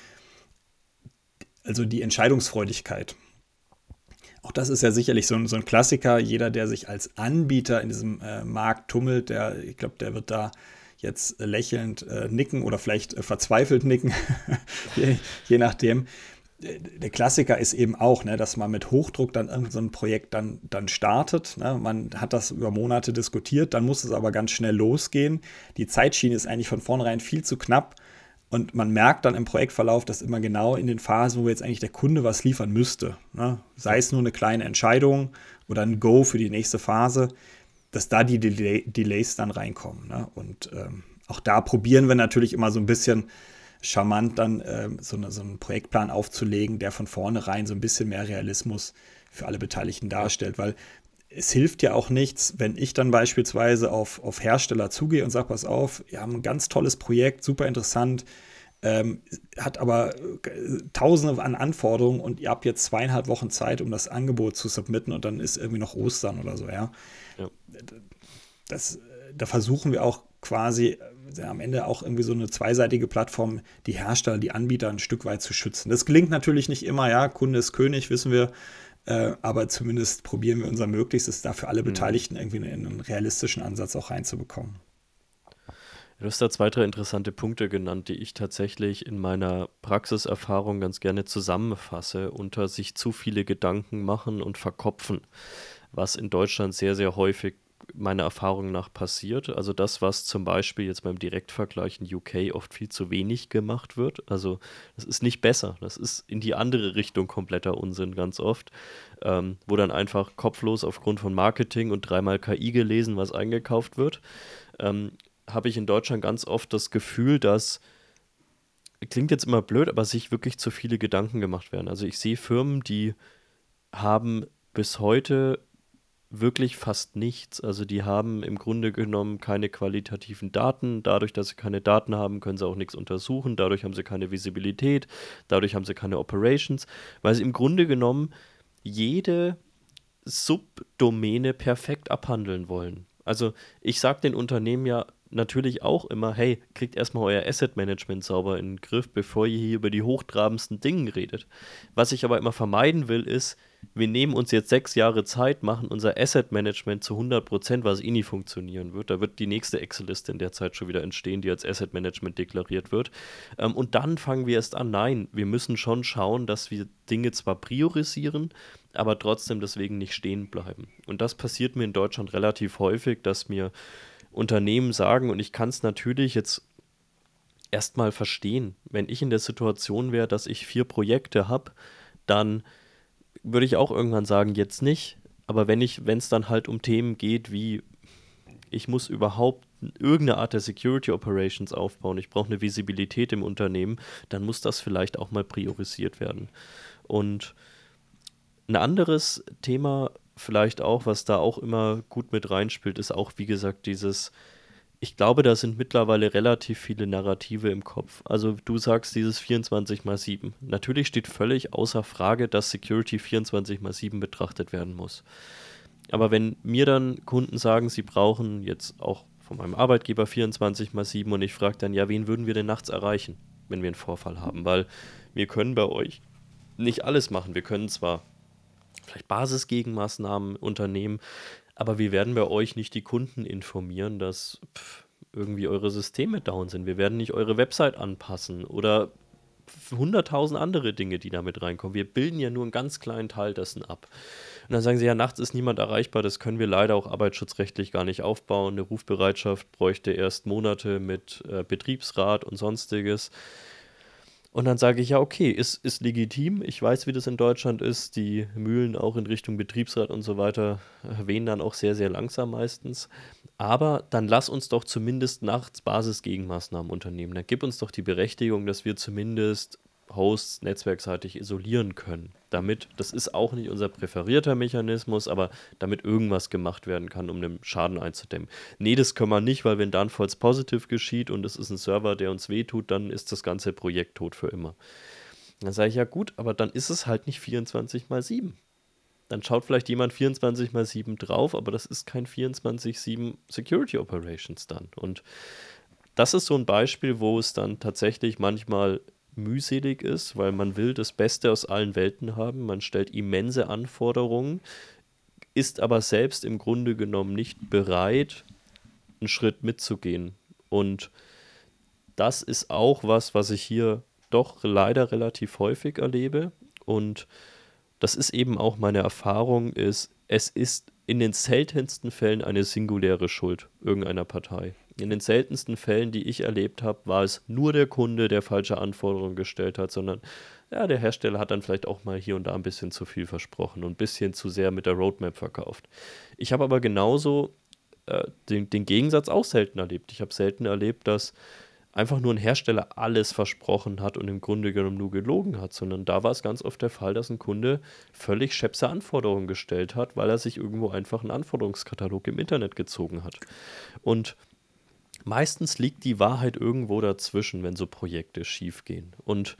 [SPEAKER 2] also die Entscheidungsfreudigkeit. Auch das ist ja sicherlich so ein Klassiker. Jeder, der sich als Anbieter in diesem Markt tummelt, ich glaube, der wird da jetzt lächelnd nicken oder vielleicht verzweifelt nicken, je nachdem. Der Klassiker ist eben auch, ne, dass man mit Hochdruck dann irgend so ein Projekt dann startet. Ne? Man hat das über Monate diskutiert, dann muss es aber ganz schnell losgehen. Die Zeitschiene ist eigentlich von vornherein viel zu knapp und man merkt dann im Projektverlauf, dass immer genau in den Phasen, wo jetzt eigentlich der Kunde was liefern müsste, ne? Sei es nur eine kleine Entscheidung oder ein Go für die nächste Phase, dass da die Delays dann reinkommen. Ne? Und auch da probieren wir natürlich immer so ein bisschen charmant dann so einen Projektplan aufzulegen, der von vornherein so ein bisschen mehr Realismus für alle Beteiligten darstellt, weil es hilft ja auch nichts, wenn ich dann beispielsweise auf Hersteller zugehe und sage, pass auf, wir haben ein ganz tolles Projekt, super interessant, hat aber Tausende an Anforderungen und ihr habt jetzt 2,5 Wochen Zeit, um das Angebot zu submitten und dann ist irgendwie noch Ostern oder so, ja.
[SPEAKER 1] Ja.
[SPEAKER 2] Da versuchen wir auch quasi am Ende auch irgendwie so eine zweiseitige Plattform, die Hersteller, die Anbieter ein Stück weit zu schützen. Das gelingt natürlich nicht immer, ja, Kunde ist König, wissen wir, aber zumindest probieren wir unser Möglichstes, da für alle Beteiligten irgendwie einen realistischen Ansatz auch reinzubekommen.
[SPEAKER 1] Du hast da 2, 3 interessante Punkte genannt, die ich tatsächlich in meiner Praxiserfahrung ganz gerne zusammenfasse, unter sich zu viele Gedanken machen und verkopfen, was in Deutschland sehr, sehr häufig meiner Erfahrung nach passiert. Also das, was zum Beispiel jetzt beim Direktvergleich in UK oft viel zu wenig gemacht wird. Also das ist nicht besser, das ist in die andere Richtung kompletter Unsinn ganz oft, wo dann einfach kopflos aufgrund von Marketing und 3-mal KI gelesen, was eingekauft wird. Habe ich in Deutschland ganz oft das Gefühl, dass, klingt jetzt immer blöd, aber sich wirklich zu viele Gedanken gemacht werden. Also ich sehe Firmen, die haben bis heute wirklich fast nichts. Also die haben im Grunde genommen keine qualitativen Daten. Dadurch, dass sie keine Daten haben, können sie auch nichts untersuchen. Dadurch haben sie keine Visibilität. Dadurch haben sie keine Operations. Weil sie im Grunde genommen jede Subdomäne perfekt abhandeln wollen. Also ich sage den Unternehmen ja natürlich auch immer, hey, kriegt erstmal euer Asset Management sauber in den Griff, bevor ihr hier über die hochtrabendsten Dinge redet. Was ich aber immer vermeiden will, ist, wir nehmen uns jetzt 6 Jahre Zeit, machen unser Asset Management zu 100%, was eh nie funktionieren wird. Da wird die nächste Excel-Liste in der Zeit schon wieder entstehen, die als Asset Management deklariert wird. Und dann fangen wir erst an. Nein, wir müssen schon schauen, dass wir Dinge zwar priorisieren, aber trotzdem deswegen nicht stehen bleiben. Und das passiert mir in Deutschland relativ häufig, dass mir Unternehmen sagen, und ich kann es natürlich jetzt erstmal verstehen, wenn ich in der Situation wäre, dass ich 4 Projekte habe, dann würde ich auch irgendwann sagen, jetzt nicht. Aber wenn es dann halt um Themen geht, wie ich muss überhaupt irgendeine Art der Security Operations aufbauen, ich brauche eine Visibilität im Unternehmen, dann muss das vielleicht auch mal priorisiert werden. Und ein anderes Thema vielleicht auch, was da auch immer gut mit reinspielt, ist auch, wie gesagt, ich glaube, da sind mittlerweile relativ viele Narrative im Kopf. Also du sagst dieses 24x7. Natürlich steht völlig außer Frage, dass Security 24x7 betrachtet werden muss. Aber wenn mir dann Kunden sagen, sie brauchen jetzt auch von meinem Arbeitgeber 24x7 und ich frage dann, ja, wen würden wir denn nachts erreichen, wenn wir einen Vorfall haben? Weil wir können bei euch nicht alles machen. Wir können zwar vielleicht Basisgegenmaßnahmen unternehmen, aber wir werden bei euch nicht die Kunden informieren, dass irgendwie eure Systeme down sind. Wir werden nicht eure Website anpassen oder 100.000 andere Dinge, die da mit reinkommen. Wir bilden ja nur einen ganz kleinen Teil dessen ab. Und dann sagen sie, ja, nachts ist niemand erreichbar, das können wir leider auch arbeitsschutzrechtlich gar nicht aufbauen. Eine Rufbereitschaft bräuchte erst Monate mit Betriebsrat und sonstiges. Und dann sage ich, ja, okay, ist legitim. Ich weiß, wie das in Deutschland ist. Die Mühlen auch in Richtung Betriebsrat und so weiter wehen dann auch sehr, sehr langsam meistens. Aber dann lass uns doch zumindest nachts Basisgegenmaßnahmen unternehmen. Dann gib uns doch die Berechtigung, dass wir zumindest Hosts netzwerkseitig isolieren können. Das ist auch nicht unser präferierter Mechanismus, aber damit irgendwas gemacht werden kann, um den Schaden einzudämmen. Nee, das können wir nicht, weil wenn dann False Positive geschieht und es ist ein Server, der uns wehtut, dann ist das ganze Projekt tot für immer. Dann sage ich, ja gut, aber dann ist es halt nicht 24x7. Dann schaut vielleicht jemand 24x7 drauf, aber das ist kein 24x7 Security Operations dann. Und das ist so ein Beispiel, wo es dann tatsächlich manchmal mühselig ist, weil man will das Beste aus allen Welten haben. Man stellt immense Anforderungen, ist aber selbst im Grunde genommen nicht bereit, einen Schritt mitzugehen. Und das ist auch was ich hier doch leider relativ häufig erlebe. Und das ist eben auch meine Erfahrung, es ist in den seltensten Fällen eine singuläre Schuld irgendeiner Partei. In den seltensten Fällen, die ich erlebt habe, war es nur der Kunde, der falsche Anforderungen gestellt hat, sondern ja, der Hersteller hat dann vielleicht auch mal hier und da ein bisschen zu viel versprochen und ein bisschen zu sehr mit der Roadmap verkauft. Ich habe aber genauso den Gegensatz auch selten erlebt. Ich habe selten erlebt, dass einfach nur ein Hersteller alles versprochen hat und im Grunde genommen nur gelogen hat, sondern da war es ganz oft der Fall, dass ein Kunde völlig schäbige Anforderungen gestellt hat, weil er sich irgendwo einfach einen Anforderungskatalog im Internet gezogen hat. Und meistens liegt die Wahrheit irgendwo dazwischen, wenn so Projekte schiefgehen. Und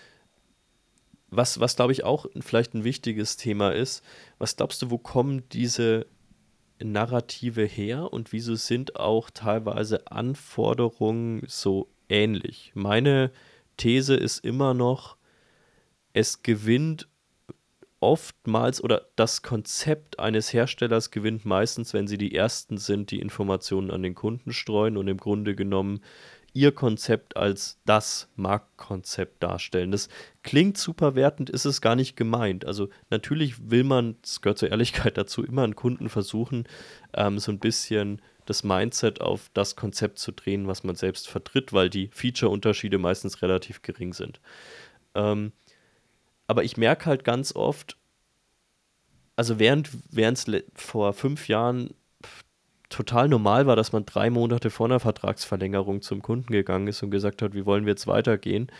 [SPEAKER 1] was glaube ich auch vielleicht ein wichtiges Thema ist, was glaubst du, wo kommen diese Narrative her und wieso sind auch teilweise Anforderungen so ähnlich? Meine These ist immer noch, es gewinnt oftmals oder das Konzept eines Herstellers gewinnt meistens, wenn sie die Ersten sind, die Informationen an den Kunden streuen und im Grunde genommen ihr Konzept als das Marktkonzept darstellen. Das klingt super wertend, ist es gar nicht gemeint. Also natürlich will man, das gehört zur Ehrlichkeit dazu, immer einen Kunden versuchen, so ein bisschen das Mindset auf das Konzept zu drehen, was man selbst vertritt, weil die Feature-Unterschiede meistens relativ gering sind. Ähm, aber ich merke halt ganz oft, also während es vor 5 Jahren total normal war, dass man 3 Monate vor einer Vertragsverlängerung zum Kunden gegangen ist und gesagt hat, wie wollen wir jetzt weitergehen,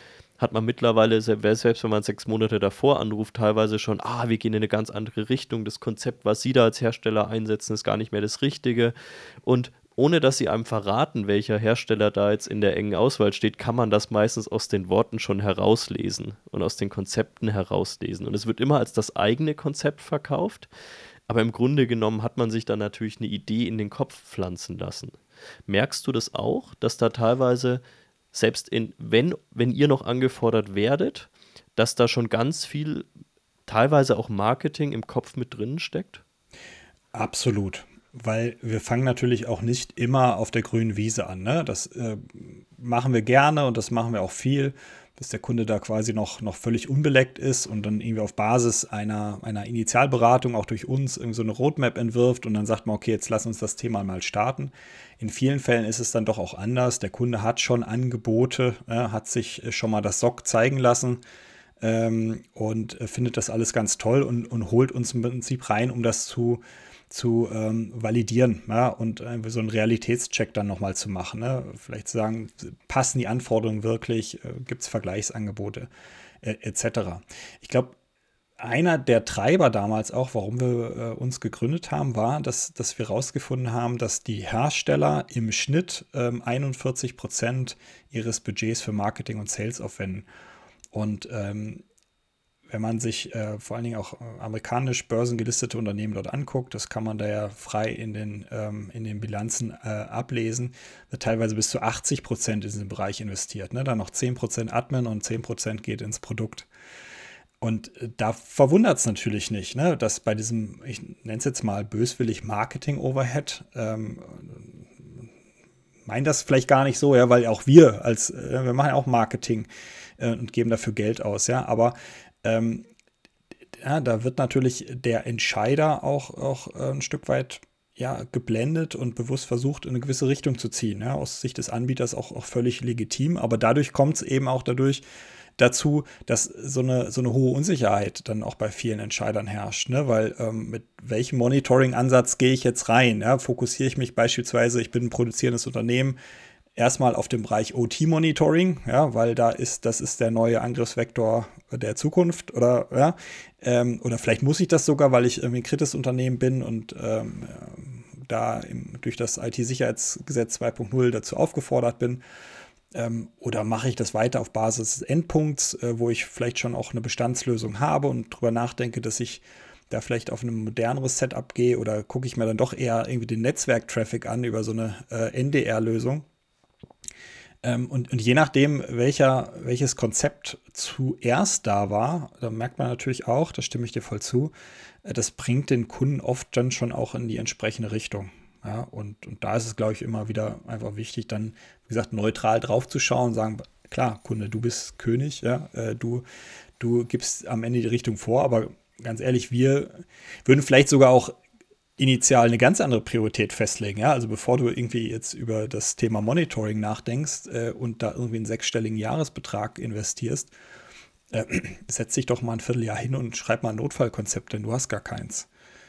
[SPEAKER 1] hat man mittlerweile, selbst wenn man 6 Monate davor anruft, teilweise schon, wir gehen in eine ganz andere Richtung, das Konzept, was Sie da als Hersteller einsetzen, ist gar nicht mehr das Richtige. Und ohne dass sie einem verraten, welcher Hersteller da jetzt in der engen Auswahl steht, kann man das meistens aus den Worten schon herauslesen und aus den Konzepten herauslesen. Und es wird immer als das eigene Konzept verkauft, aber im Grunde genommen hat man sich dann natürlich eine Idee in den Kopf pflanzen lassen. Merkst du das auch, dass da teilweise, selbst wenn ihr noch angefordert werdet, dass da schon ganz viel, teilweise auch Marketing im Kopf mit drin steckt?
[SPEAKER 2] Absolut. Weil wir fangen natürlich auch nicht immer auf der grünen Wiese an. Ne? Das machen wir gerne und das machen wir auch viel, bis der Kunde da quasi noch völlig unbeleckt ist und dann irgendwie auf Basis einer Initialberatung auch durch uns irgendwie so eine Roadmap entwirft und dann sagt man, okay, jetzt lass uns das Thema mal starten. In vielen Fällen ist es dann doch auch anders. Der Kunde hat schon Angebote, hat sich schon mal das SOC zeigen lassen und findet das alles ganz toll und holt uns im Prinzip rein, um das zu validieren, ja, und so einen Realitätscheck dann nochmal zu machen. Ne? Vielleicht zu sagen, passen die Anforderungen wirklich, gibt es Vergleichsangebote, etc. Ich glaube, einer der Treiber damals auch, warum wir uns gegründet haben, war, dass wir herausgefunden haben, dass die Hersteller im Schnitt 41% ihres Budgets für Marketing und Sales aufwenden. Und wenn man sich vor allen Dingen auch amerikanisch börsengelistete Unternehmen dort anguckt, das kann man da ja frei in den Bilanzen ablesen, wird teilweise bis zu 80% in diesen Bereich investiert. Ne? Dann noch 10% Admin und 10% geht ins Produkt. Und da verwundert es natürlich nicht, ne? Dass bei diesem, ich nenne es jetzt mal böswillig Marketing-Overhead, meinen das vielleicht gar nicht so, ja, weil auch wir wir machen ja auch Marketing und geben dafür Geld aus, ja, aber ja, da wird natürlich der Entscheider auch ein Stück weit ja, geblendet und bewusst versucht, in eine gewisse Richtung zu ziehen. Ja, aus Sicht des Anbieters auch völlig legitim, aber dadurch kommt es eben auch dazu, dass so eine hohe Unsicherheit dann auch bei vielen Entscheidern herrscht, ne? Weil mit welchem Monitoring-Ansatz gehe ich jetzt rein? Ja? Fokussiere ich mich beispielsweise, ich bin ein produzierendes Unternehmen, erstmal auf dem Bereich OT-Monitoring, ja, weil das ist der neue Angriffsvektor der Zukunft oder vielleicht muss ich das sogar, weil ich irgendwie ein kritisches Unternehmen bin und durch das IT-Sicherheitsgesetz 2.0 dazu aufgefordert bin. Oder mache ich das weiter auf Basis des Endpunkts, wo ich vielleicht schon auch eine Bestandslösung habe und drüber nachdenke, dass ich da vielleicht auf ein moderneres Setup gehe oder gucke ich mir dann doch eher irgendwie den Netzwerk-Traffic an über so eine NDR-Lösung. Und je nachdem, welches Konzept zuerst da war, da merkt man natürlich auch, da stimme ich dir voll zu, das bringt den Kunden oft dann schon auch in die entsprechende Richtung. Ja, und da ist es, glaube ich, immer wieder einfach wichtig, dann, wie gesagt, neutral drauf zu schauen und sagen, klar, Kunde, du bist König, ja, du gibst am Ende die Richtung vor, aber ganz ehrlich, wir würden vielleicht sogar auch initial eine ganz andere Priorität festlegen. Ja? Also bevor du irgendwie jetzt über das Thema Monitoring nachdenkst und da irgendwie einen 6-stelligen Jahresbetrag investierst, setz dich doch mal ein Vierteljahr hin und schreib mal ein Notfallkonzept, denn du hast gar keins.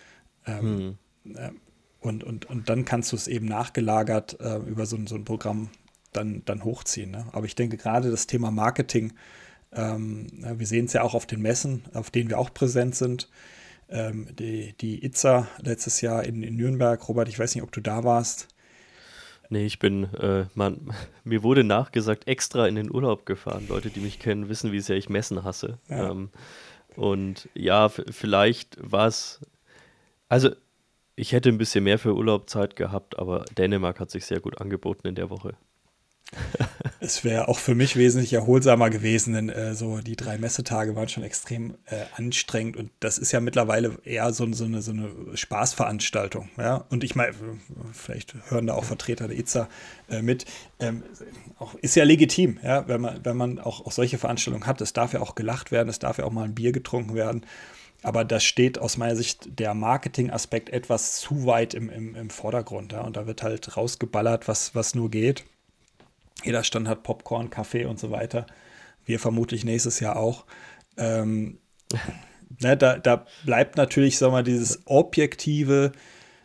[SPEAKER 2] Und dann kannst du es eben nachgelagert über so ein Programm dann hochziehen. Ne? Aber ich denke gerade das Thema Marketing, wir sehen es ja auch auf den Messen, auf denen wir auch präsent sind. Die ITSA letztes Jahr in Nürnberg. Robert, ich weiß nicht, ob du da warst.
[SPEAKER 1] Nee, mir wurde nachgesagt, extra in den Urlaub gefahren. Leute, die mich kennen, wissen, wie sehr ich Messen hasse.
[SPEAKER 2] Ja.
[SPEAKER 1] Und ja, vielleicht war es, also ich hätte ein bisschen mehr für Urlaubzeit gehabt, aber Dänemark hat sich sehr gut angeboten in der Woche.
[SPEAKER 2] Es wäre auch für mich wesentlich erholsamer gewesen, denn so die 3 Messetage waren schon extrem anstrengend und das ist ja mittlerweile eher so eine Spaßveranstaltung. Ja? Und ich meine, vielleicht hören da auch Vertreter der ITSA mit. Ist ja legitim, ja? Wenn man auch solche Veranstaltungen hat. Es darf ja auch gelacht werden, es darf ja auch mal ein Bier getrunken werden. Aber da steht aus meiner Sicht der Marketing-Aspekt etwas zu weit im Vordergrund. Ja? Und da wird halt rausgeballert, was nur geht. Jeder Stand hat Popcorn, Kaffee und so weiter. Wir vermutlich nächstes Jahr auch. Da bleibt natürlich, sagen wir mal, dieses objektive,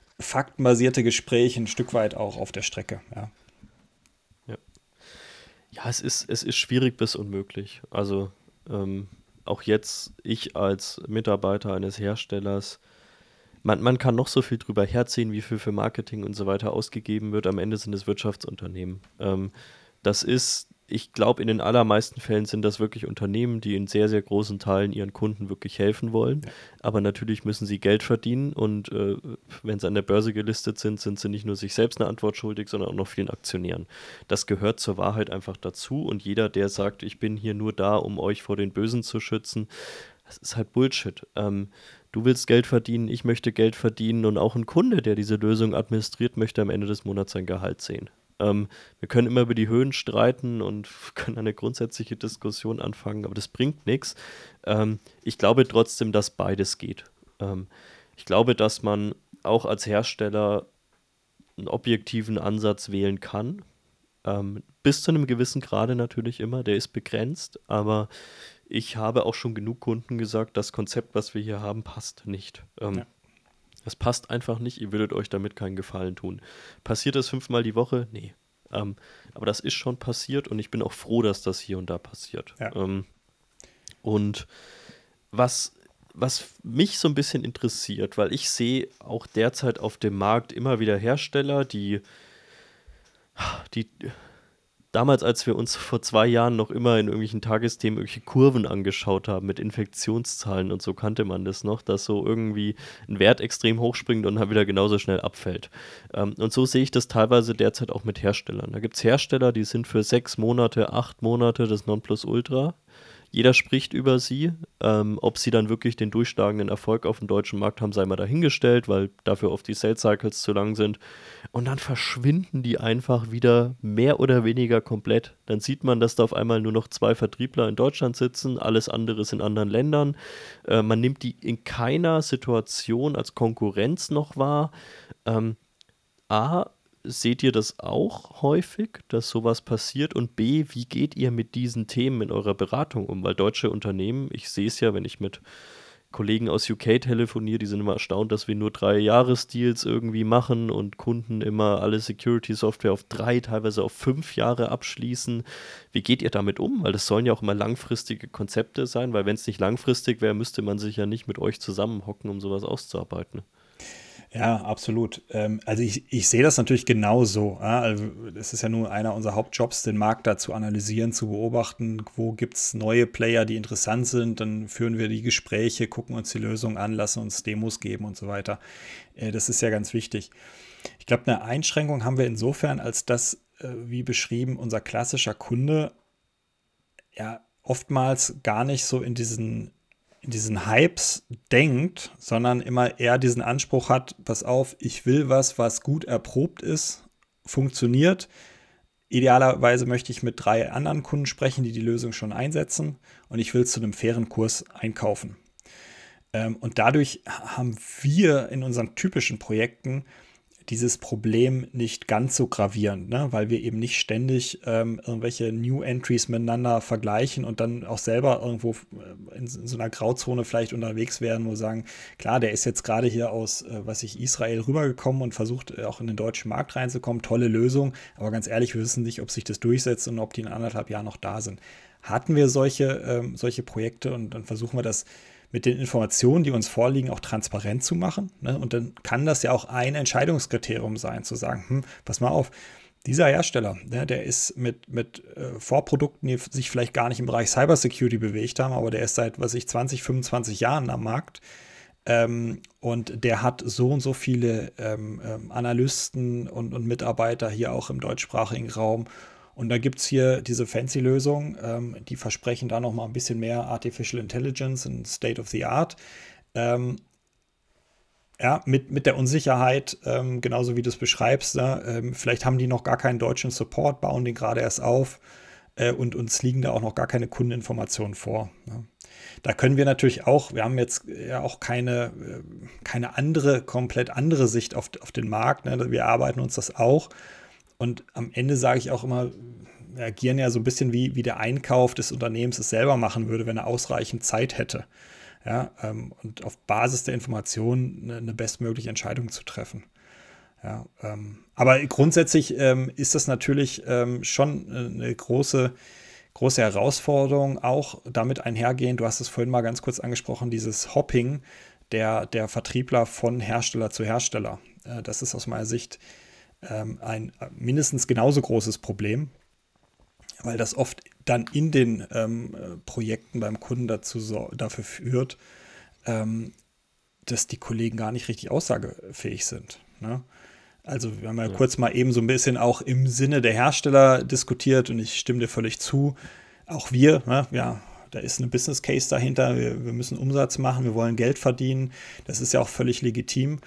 [SPEAKER 2] faktenbasierte Gespräch ein Stück weit auch auf der Strecke. Ja,
[SPEAKER 1] Ja, es ist schwierig bis unmöglich. Also auch jetzt, ich als Mitarbeiter eines Herstellers, man kann noch so viel drüber herziehen, wie viel für Marketing und so weiter ausgegeben wird. Am Ende sind es Wirtschaftsunternehmen. Das ist, ich glaube, in den allermeisten Fällen sind das wirklich Unternehmen, die in sehr, sehr großen Teilen ihren Kunden wirklich helfen wollen.
[SPEAKER 2] Ja,
[SPEAKER 1] Aber natürlich müssen sie Geld verdienen und wenn sie an der Börse gelistet sind, sind sie nicht nur sich selbst eine Antwort schuldig, sondern auch noch vielen Aktionären. Das gehört zur Wahrheit einfach dazu und jeder, der sagt, ich bin hier nur da, um euch vor den Bösen zu schützen, das ist halt Bullshit. Du willst Geld verdienen, ich möchte Geld verdienen und auch ein Kunde, der diese Lösung administriert, möchte am Ende des Monats sein Gehalt sehen. Wir können immer über die Höhen streiten und können eine grundsätzliche Diskussion anfangen, aber das bringt nichts. Ich glaube trotzdem, dass beides geht. Ich glaube, dass man auch als Hersteller einen objektiven Ansatz wählen kann. Bis zu einem gewissen Grade natürlich immer, der ist begrenzt, aber ich habe auch schon genug Kunden gesagt, das Konzept, was wir hier haben, passt nicht.
[SPEAKER 2] ja,
[SPEAKER 1] Es passt einfach nicht, ihr würdet euch damit keinen Gefallen tun. Passiert das 5-mal die Woche? Nee. Aber das ist schon passiert und ich bin auch froh, dass das hier und da passiert.
[SPEAKER 2] ja.
[SPEAKER 1] Und was, was mich so ein bisschen interessiert, weil ich sehe auch derzeit auf dem Markt immer wieder Hersteller, die damals, als wir uns vor 2 Jahren noch immer in irgendwelchen Tagesthemen irgendwelche Kurven angeschaut haben mit Infektionszahlen und so kannte man das noch, dass so irgendwie ein Wert extrem hochspringt und dann wieder genauso schnell abfällt. Und so sehe ich das teilweise derzeit auch mit Herstellern. Da gibt es Hersteller, die sind für 6 Monate, 8 Monate das Nonplusultra. Jeder spricht über sie. Ob sie dann wirklich den durchschlagenden Erfolg auf dem deutschen Markt haben, sei mal dahingestellt, weil dafür oft die Sales Cycles zu lang sind. Und dann verschwinden die einfach wieder mehr oder weniger komplett. Dann sieht man, dass da auf einmal nur noch 2 Vertriebler in Deutschland sitzen, alles andere ist in anderen Ländern. Man nimmt die in keiner Situation als Konkurrenz noch wahr. A, seht ihr das auch häufig, dass sowas passiert? Und B, wie geht ihr mit diesen Themen in eurer Beratung um? Weil deutsche Unternehmen, ich sehe es ja, wenn ich mit Kollegen aus UK telefoniere, die sind immer erstaunt, dass wir nur 3-Jahres-Deals irgendwie machen und Kunden immer alle Security-Software auf 3, teilweise auf 5 Jahre abschließen. Wie geht ihr damit um? Weil das sollen ja auch immer langfristige Konzepte sein, weil wenn es nicht langfristig wäre, müsste man sich ja nicht mit euch zusammenhocken, um sowas auszuarbeiten.
[SPEAKER 2] Ja, absolut. Also ich sehe das natürlich genauso. Ja? Also es ist ja nur einer unserer Hauptjobs, den Markt da zu analysieren, zu beobachten, wo gibt es neue Player, die interessant sind. Dann führen wir die Gespräche, gucken uns die Lösung an, lassen uns Demos geben und so weiter. Das ist ja ganz wichtig. Ich glaube, eine Einschränkung haben wir insofern, als dass, wie beschrieben, unser klassischer Kunde ja oftmals gar nicht so in diesen Hypes denkt, sondern immer eher diesen Anspruch hat, pass auf, ich will was gut erprobt ist, funktioniert. Idealerweise möchte ich mit 3 anderen Kunden sprechen, die die Lösung schon einsetzen und ich will es zu einem fairen Kurs einkaufen. Und dadurch haben wir in unseren typischen Projekten dieses Problem nicht ganz so gravierend, ne? Weil wir eben nicht ständig irgendwelche New Entries miteinander vergleichen und dann auch selber irgendwo in so einer Grauzone vielleicht unterwegs werden, wo wir sagen, klar, der ist jetzt gerade hier aus, Israel rübergekommen und versucht auch in den deutschen Markt reinzukommen, tolle Lösung, aber ganz ehrlich, wir wissen nicht, ob sich das durchsetzt und ob die in 1,5 Jahren noch da sind. Hatten wir solche Projekte und dann versuchen wir das mit den Informationen, die uns vorliegen, auch transparent zu machen. Ne? Und dann kann das ja auch ein Entscheidungskriterium sein, zu sagen, pass mal auf, dieser Hersteller, ne, der ist mit Vorprodukten, die sich vielleicht gar nicht im Bereich Cybersecurity bewegt haben, aber der ist seit, 20, 25 Jahren am Markt. Und der hat so und so viele Analysten und Mitarbeiter hier auch im deutschsprachigen Raum. Und da gibt es hier diese fancy Lösung, die versprechen da noch mal ein bisschen mehr Artificial Intelligence und State of the Art. Ähm, ja, mit der Unsicherheit, genauso wie du es beschreibst, ne? Vielleicht haben die noch gar keinen deutschen Support, bauen den gerade erst auf und uns liegen da auch noch gar keine Kundeninformationen vor. Ne? Da können wir natürlich auch, wir haben jetzt ja auch keine komplett andere Sicht auf den Markt. Ne? Wir arbeiten uns das auch. Und am Ende sage ich auch immer, wir agieren ja so ein bisschen wie der Einkauf des Unternehmens es selber machen würde, wenn er ausreichend Zeit hätte. Ja, und auf Basis der Informationen eine bestmögliche Entscheidung zu treffen. Ja, Aber grundsätzlich ist das natürlich schon eine große Herausforderung, auch damit einhergehend, du hast es vorhin mal ganz kurz angesprochen, dieses Hopping der Vertriebler von Hersteller zu Hersteller. Das ist aus meiner Sicht ein mindestens genauso großes Problem, weil das oft dann in den Projekten beim Kunden dafür führt, dass die Kollegen gar nicht richtig aussagefähig sind. Ne? Also wir haben ja
[SPEAKER 1] Ja.
[SPEAKER 2] kurz mal eben so ein bisschen auch im Sinne der Hersteller diskutiert und ich stimme dir völlig zu. Auch wir, ne? Ja, da ist eine Business Case dahinter, wir müssen Umsatz machen, wir wollen Geld verdienen. Das ist ja auch völlig legitim.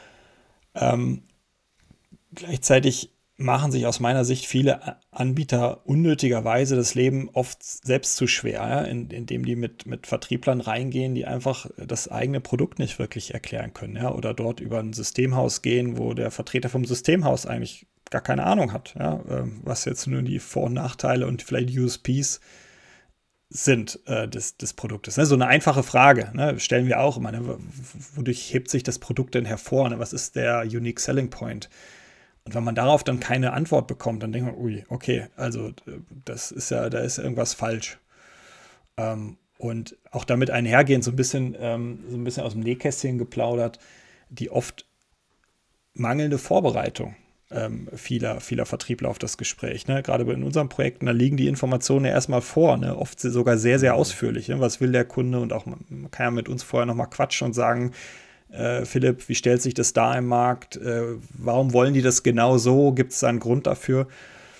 [SPEAKER 2] Gleichzeitig machen sich aus meiner Sicht viele Anbieter unnötigerweise das Leben oft selbst zu schwer, ja? Indem die mit Vertrieblern reingehen, die einfach das eigene Produkt nicht wirklich erklären können. Ja? Oder dort über ein Systemhaus gehen, wo der Vertreter vom Systemhaus eigentlich gar keine Ahnung hat, ja? Was jetzt nur die Vor- und Nachteile und vielleicht USPs sind des Produktes. Ne? So eine einfache Frage, ne? Stellen wir auch immer. Ne? Wodurch hebt sich das Produkt denn hervor? Ne? Was ist der Unique Selling Point? Und wenn man darauf dann keine Antwort bekommt, dann denkt man, ui, okay, also das ist ja, da ist irgendwas falsch. Und auch damit einhergehend so ein bisschen aus dem Nähkästchen geplaudert, die oft mangelnde Vorbereitung vieler Vertriebler auf das Gespräch. Ne? Gerade in unseren Projekten, da liegen die Informationen ja erstmal vor, ne? Oft sogar sehr, sehr ausführlich. Ne? Was will der Kunde? Und auch man kann ja mit uns vorher nochmal quatschen und sagen, Philipp, wie stellt sich das da im Markt? Warum wollen die das genau so? Gibt es da einen Grund dafür?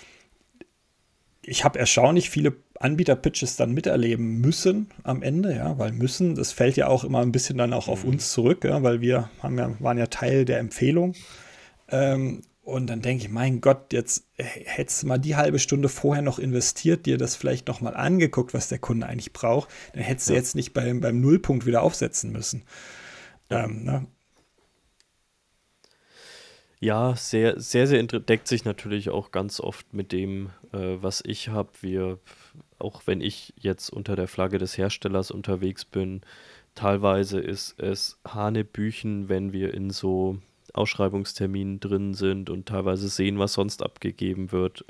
[SPEAKER 2] Ich habe erstaunlich viele Anbieter-Pitches dann miterleben müssen am Ende, ja, weil müssen, das fällt ja auch immer ein bisschen dann auch auf uns zurück, ja, weil waren ja Teil der Empfehlung. Und dann denke ich, mein Gott, jetzt hättest du mal die halbe Stunde vorher noch investiert, dir das vielleicht noch mal angeguckt, was der Kunde eigentlich braucht, dann hättest du jetzt nicht beim Nullpunkt wieder aufsetzen müssen. Ne?
[SPEAKER 1] Ja, sehr, sehr, sehr deckt sich natürlich auch ganz oft mit dem, was ich habe. Auch wenn ich jetzt unter der Flagge des Herstellers unterwegs bin, teilweise ist es Hanebüchen, wenn wir in so Ausschreibungsterminen drin sind und teilweise sehen, was sonst abgegeben wird.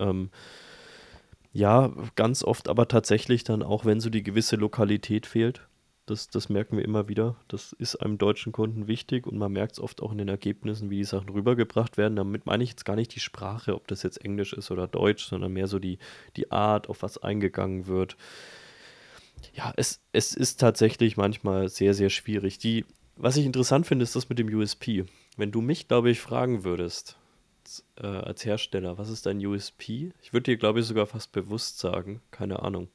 [SPEAKER 1] Ja, ganz oft aber tatsächlich dann auch, wenn so die gewisse Lokalität fehlt. Das merken wir immer wieder. Das ist einem deutschen Kunden wichtig und man merkt es oft auch in den Ergebnissen, wie die Sachen rübergebracht werden. Damit meine ich jetzt gar nicht die Sprache, ob das jetzt Englisch ist oder Deutsch, sondern mehr so die Art, auf was eingegangen wird. Ja, es ist tatsächlich manchmal sehr, sehr schwierig. Was ich interessant finde, ist das mit dem USP. Wenn du mich, glaube ich, fragen würdest, als Hersteller, was ist dein USP? Ich würde dir, glaube ich, sogar fast bewusst sagen, keine Ahnung.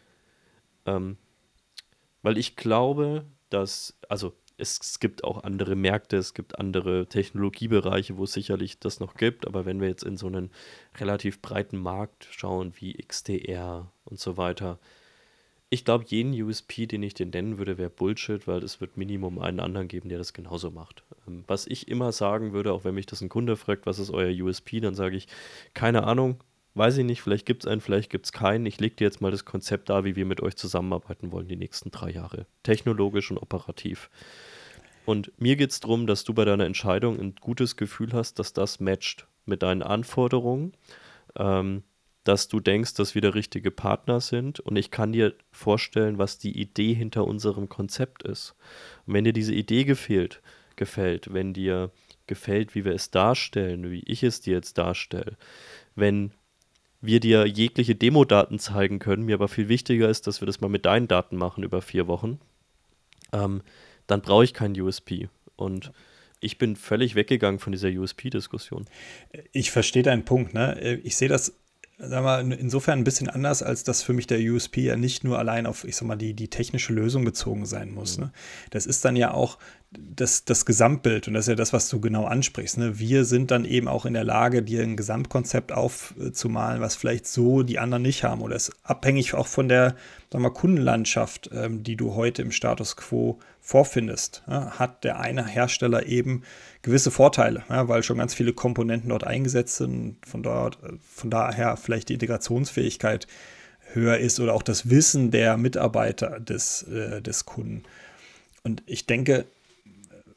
[SPEAKER 1] Ähm, Weil ich glaube, also es gibt auch andere Märkte, es gibt andere Technologiebereiche, wo es sicherlich das noch gibt, aber wenn wir jetzt in so einen relativ breiten Markt schauen, wie XDR und so weiter, ich glaube, jeden USP, den ich dir nennen würde, wäre Bullshit, weil es wird Minimum einen anderen geben, der das genauso macht. Was ich immer sagen würde, auch wenn mich das ein Kunde fragt, was ist euer USP, dann sage ich, keine Ahnung, weiß ich nicht, vielleicht gibt es einen, vielleicht gibt es keinen. Ich lege dir jetzt mal das Konzept dar, wie wir mit euch zusammenarbeiten wollen die nächsten 3 Jahre. Technologisch und operativ. Und mir geht es darum, dass du bei deiner Entscheidung ein gutes Gefühl hast, dass das matcht mit deinen Anforderungen, ähm, dass du denkst, dass wir der richtige Partner sind und ich kann dir vorstellen, was die Idee hinter unserem Konzept ist. Und wenn dir diese Idee gefällt, wenn dir gefällt, wie wir es darstellen, wie ich es dir jetzt darstelle, wenn wir dir jegliche Demodaten zeigen können, mir aber viel wichtiger ist, dass wir das mal mit deinen Daten machen über 4 Wochen, ähm, dann brauche ich keinen USP. Und ich bin völlig weggegangen von dieser USP-Diskussion.
[SPEAKER 2] Ich verstehe deinen Punkt. Ne? Ich sehe das, sag mal, insofern ein bisschen anders, als dass für mich der USP ja nicht nur allein auf, ich sag mal, die technische Lösung bezogen sein muss. Ne? Das ist dann ja auch das Gesamtbild und das ist ja das, was du genau ansprichst. Ne? Wir sind dann eben auch in der Lage, dir ein Gesamtkonzept aufzumalen, was vielleicht so die anderen nicht haben. Oder ist abhängig auch von der, sag mal, Kundenlandschaft, die du heute im Status quo vorfindest. Ja? Hat der eine Hersteller eben gewisse Vorteile, ja, weil schon ganz viele Komponenten dort eingesetzt sind, von daher vielleicht die Integrationsfähigkeit höher ist oder auch das Wissen der Mitarbeiter des Kunden. Und ich denke,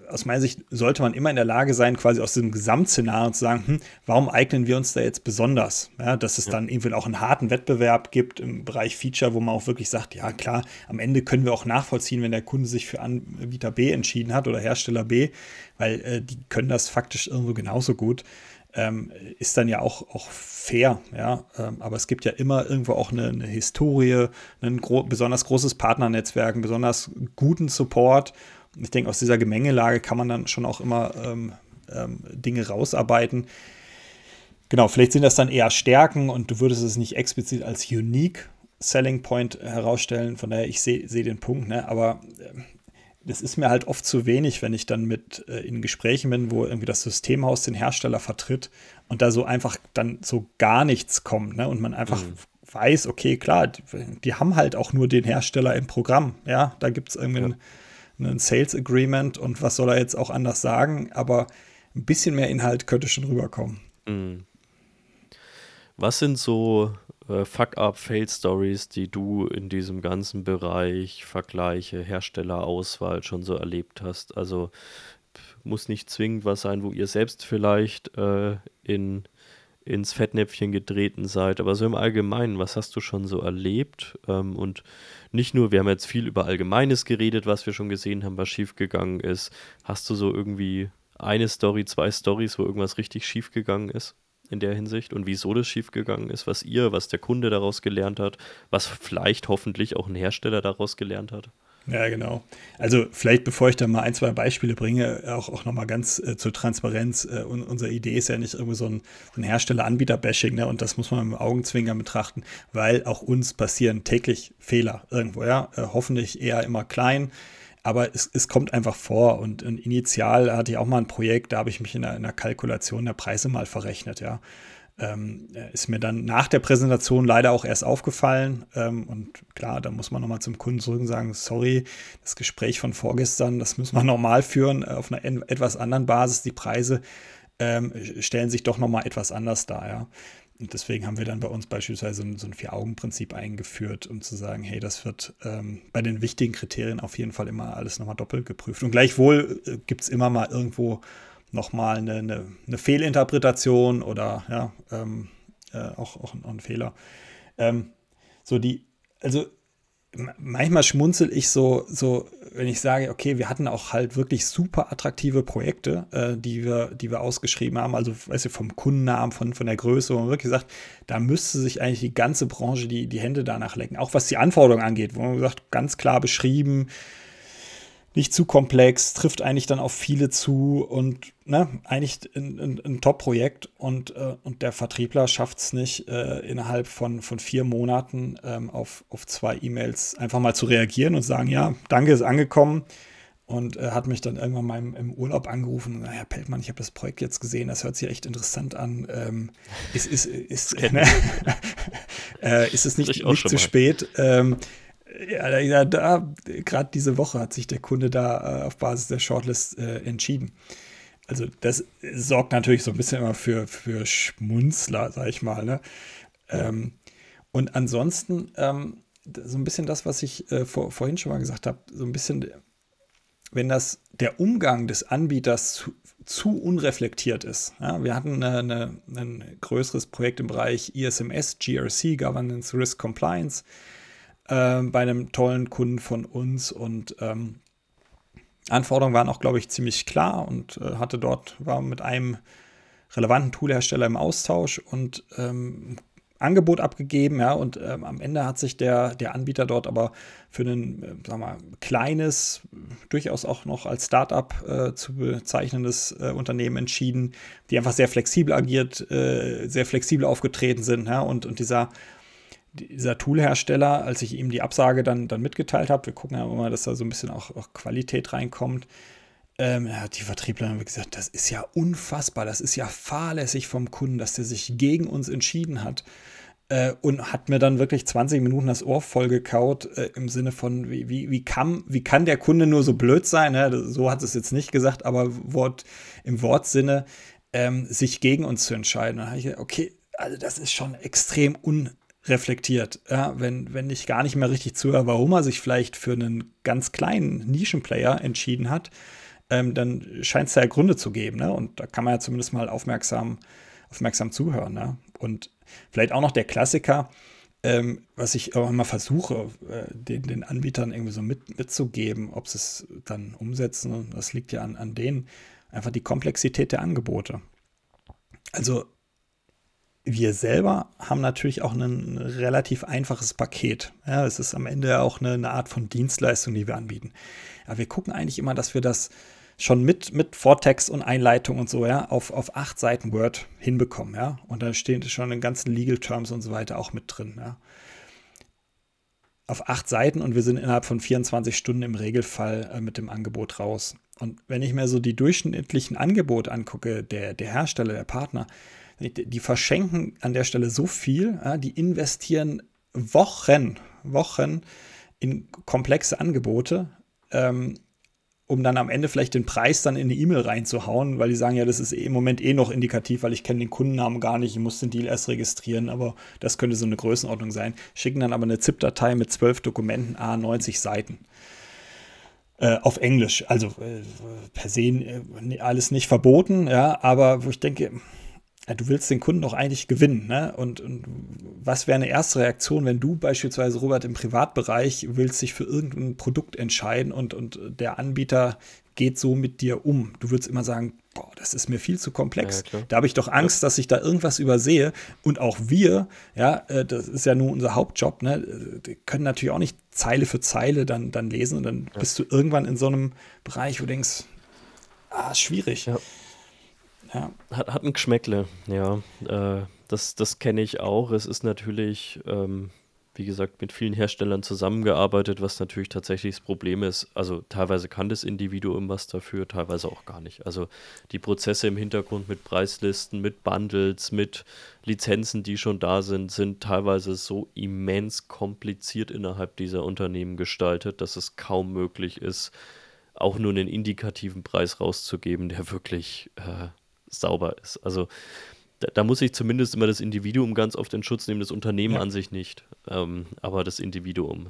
[SPEAKER 2] aus meiner Sicht sollte man immer in der Lage sein, quasi aus diesem Gesamtszenario zu sagen, warum eignen wir uns da jetzt besonders? Ja, dass es dann irgendwie auch einen harten Wettbewerb gibt im Bereich Feature, wo man auch wirklich sagt, ja klar, am Ende können wir auch nachvollziehen, wenn der Kunde sich für Anbieter B entschieden hat oder Hersteller B, weil die können das faktisch irgendwo genauso gut. Ist dann ja auch fair, ja. Aber es gibt ja immer irgendwo auch eine Historie, ein besonders großes Partnernetzwerk, einen besonders guten Support. Ich denke, aus dieser Gemengelage kann man dann schon auch immer Dinge rausarbeiten. Genau, vielleicht sind das dann eher Stärken und du würdest es nicht explizit als Unique Selling Point herausstellen. Von daher, ich sehe den Punkt, ne? Aber das ist mir halt oft zu wenig, wenn ich dann mit in Gesprächen bin, wo irgendwie das Systemhaus den Hersteller vertritt und da so einfach dann so gar nichts kommt, ne? Und man einfach weiß, okay, klar, die haben halt auch nur den Hersteller im Programm, ja, da gibt es irgendwie ein Sales Agreement und was soll er jetzt auch anders sagen, aber ein bisschen mehr Inhalt könnte schon rüberkommen.
[SPEAKER 1] Was sind so Fuck-up-Fail-Stories, die du in diesem ganzen Bereich Vergleiche, Herstellerauswahl schon so erlebt hast? Also muss nicht zwingend was sein, wo ihr selbst vielleicht ins Fettnäpfchen getreten seid, aber so im Allgemeinen, was hast du schon so erlebt? Und nicht nur, wir haben jetzt viel über Allgemeines geredet, was wir schon gesehen haben, was schiefgegangen ist. Hast du so irgendwie eine Story, zwei Stories, wo irgendwas richtig schiefgegangen ist in der Hinsicht und wieso das schiefgegangen ist, was der Kunde daraus gelernt hat, was vielleicht hoffentlich auch ein Hersteller daraus gelernt hat?
[SPEAKER 2] Ja, genau. Also vielleicht, bevor ich da mal ein, zwei Beispiele bringe, auch nochmal ganz zur Transparenz. Unsere Idee ist ja nicht irgendwie so ein Hersteller-Anbieter-Bashing, ne? Und das muss man mit dem Augenzwinkern betrachten, weil auch uns passieren täglich Fehler irgendwo, ja. Hoffentlich eher immer klein, aber es kommt einfach vor. Und initial hatte ich auch mal ein Projekt, da habe ich mich in einer Kalkulation der Preise mal verrechnet, ja. Ist mir dann nach der Präsentation leider auch erst aufgefallen. Und klar, da muss man nochmal zum Kunden zurück und sagen, sorry, das Gespräch von vorgestern, das müssen wir nochmal führen, auf einer etwas anderen Basis. Die Preise stellen sich doch nochmal etwas anders dar, ja. Und deswegen haben wir dann bei uns beispielsweise so ein Vier-Augen-Prinzip eingeführt, um zu sagen, hey, das wird bei den wichtigen Kriterien auf jeden Fall immer alles nochmal doppelt geprüft. Und gleichwohl gibt es immer mal irgendwo nochmal eine Fehlinterpretation oder ja, auch ein Fehler. Also manchmal schmunzel ich so, wenn ich sage, okay, wir hatten auch halt wirklich super attraktive Projekte, die wir ausgeschrieben haben, also weißt du, vom Kundennamen, von der Größe, wo man wirklich sagt, da müsste sich eigentlich die ganze Branche die Hände danach lecken, auch was die Anforderungen angeht, wo man sagt, ganz klar beschrieben, nicht zu komplex, trifft eigentlich dann auf viele zu und ne, eigentlich ein Top-Projekt und der Vertriebler schafft es nicht, innerhalb von 4 Monaten auf 2 E-Mails einfach mal zu reagieren und sagen, ja, danke, ist angekommen und hat mich dann irgendwann mal im Urlaub angerufen und gesagt, Herr Peltmann, ich habe das Projekt jetzt gesehen, das hört sich echt interessant an. Ist es nicht zu spät? Ja, gerade diese Woche hat sich der Kunde da auf Basis der Shortlist entschieden. Also das sorgt natürlich so ein bisschen immer für Schmunzler, sag ich mal. Ne? Und ansonsten so ein bisschen das, was ich vorhin schon mal gesagt habe, so ein bisschen, wenn der Umgang des Anbieters zu unreflektiert ist. Ja? Wir hatten ein größeres Projekt im Bereich ISMS, GRC, Governance, Risk Compliance, bei einem tollen Kunden von uns und Anforderungen waren auch, glaube ich, ziemlich klar und war mit einem relevanten Toolhersteller im Austausch und Angebot abgegeben, ja, und am Ende hat sich der Anbieter dort aber für ein, sagen wir mal, kleines, durchaus auch noch als Startup zu bezeichnendes Unternehmen entschieden, die einfach sehr flexibel agiert, sehr flexibel aufgetreten sind, ja, und dieser Toolhersteller, als ich ihm die Absage dann mitgeteilt habe, wir gucken ja immer, dass da so ein bisschen auch Qualität reinkommt, hat die Vertriebler haben gesagt, das ist ja unfassbar, das ist ja fahrlässig vom Kunden, dass der sich gegen uns entschieden hat und hat mir dann wirklich 20 Minuten das Ohr voll gekaut im Sinne von, wie kann der Kunde nur so blöd sein, ne? So hat es jetzt nicht gesagt, aber im Wortsinne sich gegen uns zu entscheiden. Dann habe ich gesagt, okay, also das ist schon extrem reflektiert, ja, wenn ich gar nicht mehr richtig zuhöre, warum er sich vielleicht für einen ganz kleinen Nischenplayer entschieden hat, dann scheint es ja Gründe zu geben, ne? Und da kann man ja zumindest mal aufmerksam zuhören, ne? Und vielleicht auch noch der Klassiker, was ich auch immer versuche, den Anbietern irgendwie so mitzugeben, ob sie es dann umsetzen, und das liegt ja an denen, einfach die Komplexität der Angebote. Also wir selber haben natürlich auch ein relativ einfaches Paket. Ja, es ist am Ende ja auch eine Art von Dienstleistung, die wir anbieten. Aber wir gucken eigentlich immer, dass wir das schon mit Vortext und Einleitung und so, ja, auf 8 Seiten Word hinbekommen, ja. Und da stehen schon die ganzen Legal Terms und so weiter auch mit drin, ja. Auf 8 Seiten, und wir sind innerhalb von 24 Stunden im Regelfall mit dem Angebot raus. Und wenn ich mir so die durchschnittlichen Angebote angucke, der Hersteller, der Partner, die verschenken an der Stelle so viel, ja, die investieren Wochen in komplexe Angebote, um dann am Ende vielleicht den Preis dann in eine E-Mail reinzuhauen, weil die sagen, ja, das ist im Moment noch indikativ, weil ich kenne den Kundennamen gar nicht, ich muss den Deal erst registrieren, aber das könnte so eine Größenordnung sein. Schicken dann aber eine ZIP-Datei mit 12 Dokumenten, 90 Seiten. Auf Englisch, also per se alles nicht verboten, ja, aber wo ich denke, ja, du willst den Kunden doch eigentlich gewinnen, ne? Und was wäre eine erste Reaktion, wenn du beispielsweise, Robert, im Privatbereich willst dich für irgendein Produkt entscheiden, und der Anbieter geht so mit dir um? Du würdest immer sagen, boah, das ist mir viel zu komplex.
[SPEAKER 1] Ja,
[SPEAKER 2] Da habe ich doch Angst, dass ich da irgendwas übersehe. Und auch wir, ja, das ist ja nun unser Hauptjob, ne? Die können natürlich auch nicht Zeile für Zeile dann lesen, und dann bist du irgendwann in so einem Bereich, wo du denkst, schwierig.
[SPEAKER 1] Ja.
[SPEAKER 2] Ja.
[SPEAKER 1] Hat ein Geschmäckle, ja. Das kenne ich auch. Es ist natürlich, wie gesagt, mit vielen Herstellern zusammengearbeitet, was natürlich tatsächlich das Problem ist. Also teilweise kann das Individuum was dafür, teilweise auch gar nicht. Also die Prozesse im Hintergrund mit Preislisten, mit Bundles, mit Lizenzen, die schon da sind teilweise so immens kompliziert innerhalb dieser Unternehmen gestaltet, dass es kaum möglich ist, auch nur einen indikativen Preis rauszugeben, der wirklich sauber ist. Also da muss ich zumindest immer das Individuum ganz oft in Schutz nehmen, das Unternehmen
[SPEAKER 2] Ja.
[SPEAKER 1] an sich nicht, aber das Individuum.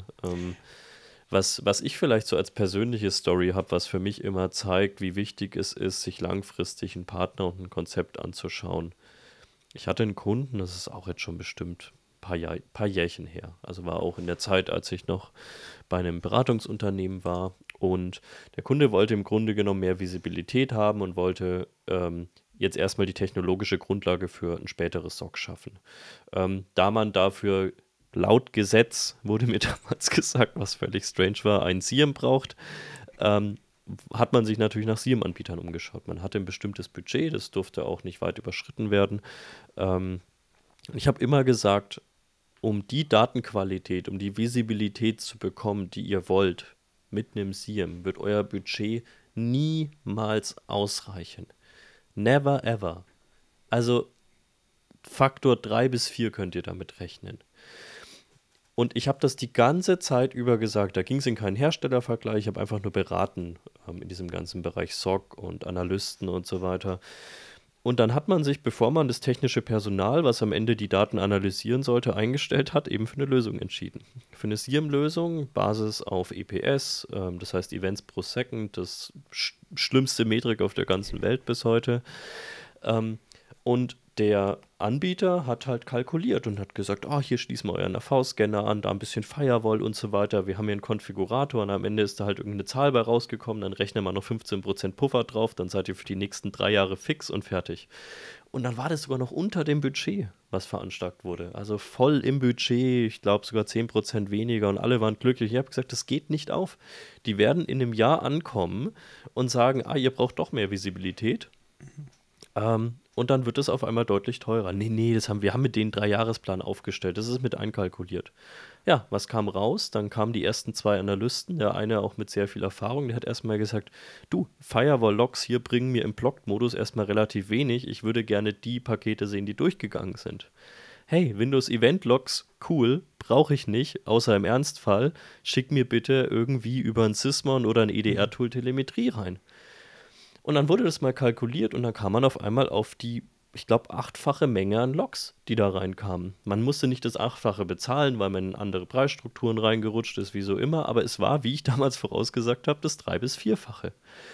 [SPEAKER 1] Was ich vielleicht so als persönliche Story habe, was für mich immer zeigt, wie wichtig es ist, sich langfristig einen Partner und ein Konzept anzuschauen. Ich hatte einen Kunden, das ist auch jetzt schon bestimmt paar Jährchen her. Also war auch in der Zeit, als ich noch bei einem Beratungsunternehmen war. Und der Kunde wollte im Grunde genommen mehr Visibilität haben und wollte jetzt erstmal die technologische Grundlage für ein späteres SOC schaffen. Da man dafür laut Gesetz, wurde mir damals gesagt, was völlig strange war, ein SIEM braucht, ähm, hat man sich natürlich nach SIEM-Anbietern umgeschaut. Man hatte ein bestimmtes Budget, das durfte auch nicht weit überschritten werden. Ähm, Ich habe immer gesagt, um die Datenqualität, um die Visibilität zu bekommen, die ihr wollt, mit einem SIEM, wird euer Budget niemals ausreichen. Never ever. Also Faktor 3 bis 4 könnt ihr damit rechnen. Und ich habe das die ganze Zeit über gesagt. Da ging es in keinen Herstellervergleich. Ich habe einfach nur beraten in diesem ganzen Bereich SOC und Analysten und so weiter. Und dann hat man sich, bevor man das technische Personal, was am Ende die Daten analysieren sollte, eingestellt hat, eben für eine Lösung entschieden. Für eine SIEM-Lösung, Basis auf EPS, das heißt Events pro Second, das schlimmste Metrik auf der ganzen Welt bis heute. Und der Anbieter hat halt kalkuliert und hat gesagt, hier schließen wir euren AV-Scanner an, da ein bisschen Firewall und so weiter. Wir haben hier einen Konfigurator und am Ende ist da halt irgendeine Zahl bei rausgekommen, dann rechnen wir noch 15% Puffer drauf, dann seid ihr für die nächsten 3 Jahre fix und fertig. Und dann war das sogar noch unter dem Budget, was veranschlagt wurde. Also voll im Budget, ich glaube sogar 10% weniger, und alle waren glücklich. Ich habe gesagt, das geht nicht auf. Die werden in einem Jahr ankommen und sagen, ihr braucht doch mehr Visibilität. Und dann wird es auf einmal deutlich teurer. Nee, wir haben mit denen 3-Jahresplan aufgestellt. Das ist mit einkalkuliert. Ja, was kam raus? Dann kamen die ersten 2 Analysten, der eine auch mit sehr viel Erfahrung, der hat erstmal gesagt, du, Firewall-Logs hier bringen mir im Blocked-Modus erstmal relativ wenig. Ich würde gerne die Pakete sehen, die durchgegangen sind. Hey, Windows Event Logs, cool, brauche ich nicht, außer im Ernstfall. Schick mir bitte irgendwie über ein Sysmon oder ein EDR-Tool Telemetrie rein. Und dann wurde das mal kalkuliert und dann kam man auf einmal auf die, ich glaube, 8-fache Menge an Logs, die da reinkamen. Man musste nicht das 8-fache bezahlen, weil man in andere Preisstrukturen reingerutscht ist, wie so immer, aber es war, wie ich damals vorausgesagt habe, das 3- bis 4-fache.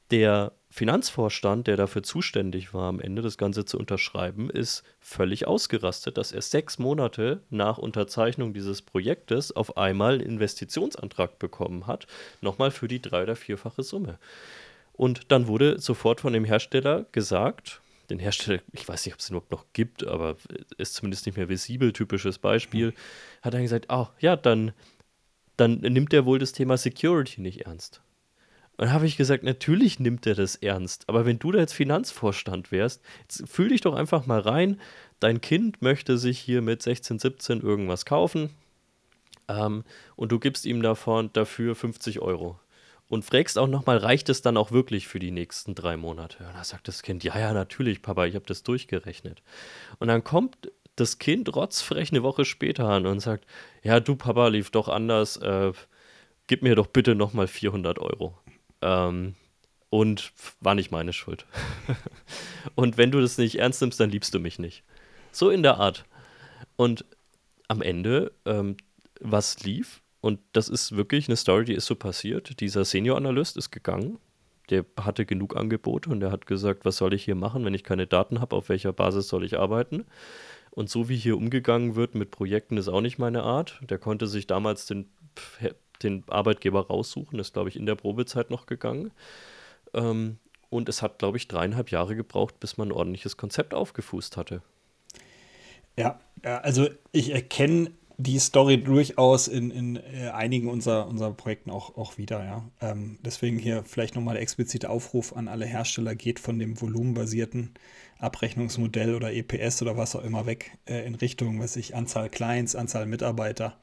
[SPEAKER 1] Der Finanzvorstand, der dafür zuständig war, am Ende das Ganze zu unterschreiben, ist völlig ausgerastet, dass er 6 Monate nach Unterzeichnung dieses Projektes auf einmal einen Investitionsantrag bekommen hat, nochmal für die drei- oder vierfache Summe. Und dann wurde sofort von dem Hersteller gesagt, den Hersteller, ich weiß nicht, ob es den überhaupt noch gibt, aber ist zumindest nicht mehr visibel, typisches Beispiel, hat er gesagt, ja, dann nimmt er wohl das Thema Security nicht ernst. Und dann habe ich gesagt, natürlich nimmt er das ernst. Aber wenn du da jetzt Finanzvorstand wärst, jetzt fühl dich doch einfach mal rein. Dein Kind möchte sich hier mit 16, 17 irgendwas kaufen, und du gibst ihm dafür 50 Euro. Und fragst auch nochmal, reicht es dann auch wirklich für die nächsten 3 Monate? Und da sagt das Kind, ja, ja, natürlich, Papa, ich habe das durchgerechnet. Und dann kommt das Kind rotzfrech eine Woche später an und sagt, ja, du, Papa, lief doch anders, gib mir doch bitte nochmal 400 Euro. Ähm, und war nicht meine Schuld. Und wenn du das nicht ernst nimmst, dann liebst du mich nicht. So in der Art. Und am Ende, was lief, und das ist wirklich eine Story, die ist so passiert, dieser Senior-Analyst ist gegangen, der hatte genug Angebote und der hat gesagt, was soll ich hier machen, wenn ich keine Daten habe, auf welcher Basis soll ich arbeiten? Und so wie hier umgegangen wird mit Projekten, ist auch nicht meine Art. Der konnte sich damals den Arbeitgeber raussuchen, ist, glaube ich, in der Probezeit noch gegangen. Und es hat, glaube ich, 3,5 Jahre gebraucht, bis man ein ordentliches Konzept aufgefußt hatte.
[SPEAKER 2] Ja, ja, also ich erkenne die Story durchaus in einigen unserer Projekten auch wieder, ja. Deswegen hier vielleicht nochmal der explizite Aufruf an alle Hersteller, geht von dem volumenbasierten Abrechnungsmodell oder EPS oder was auch immer weg, in Richtung, was ich, Anzahl Clients, Anzahl Mitarbeiter.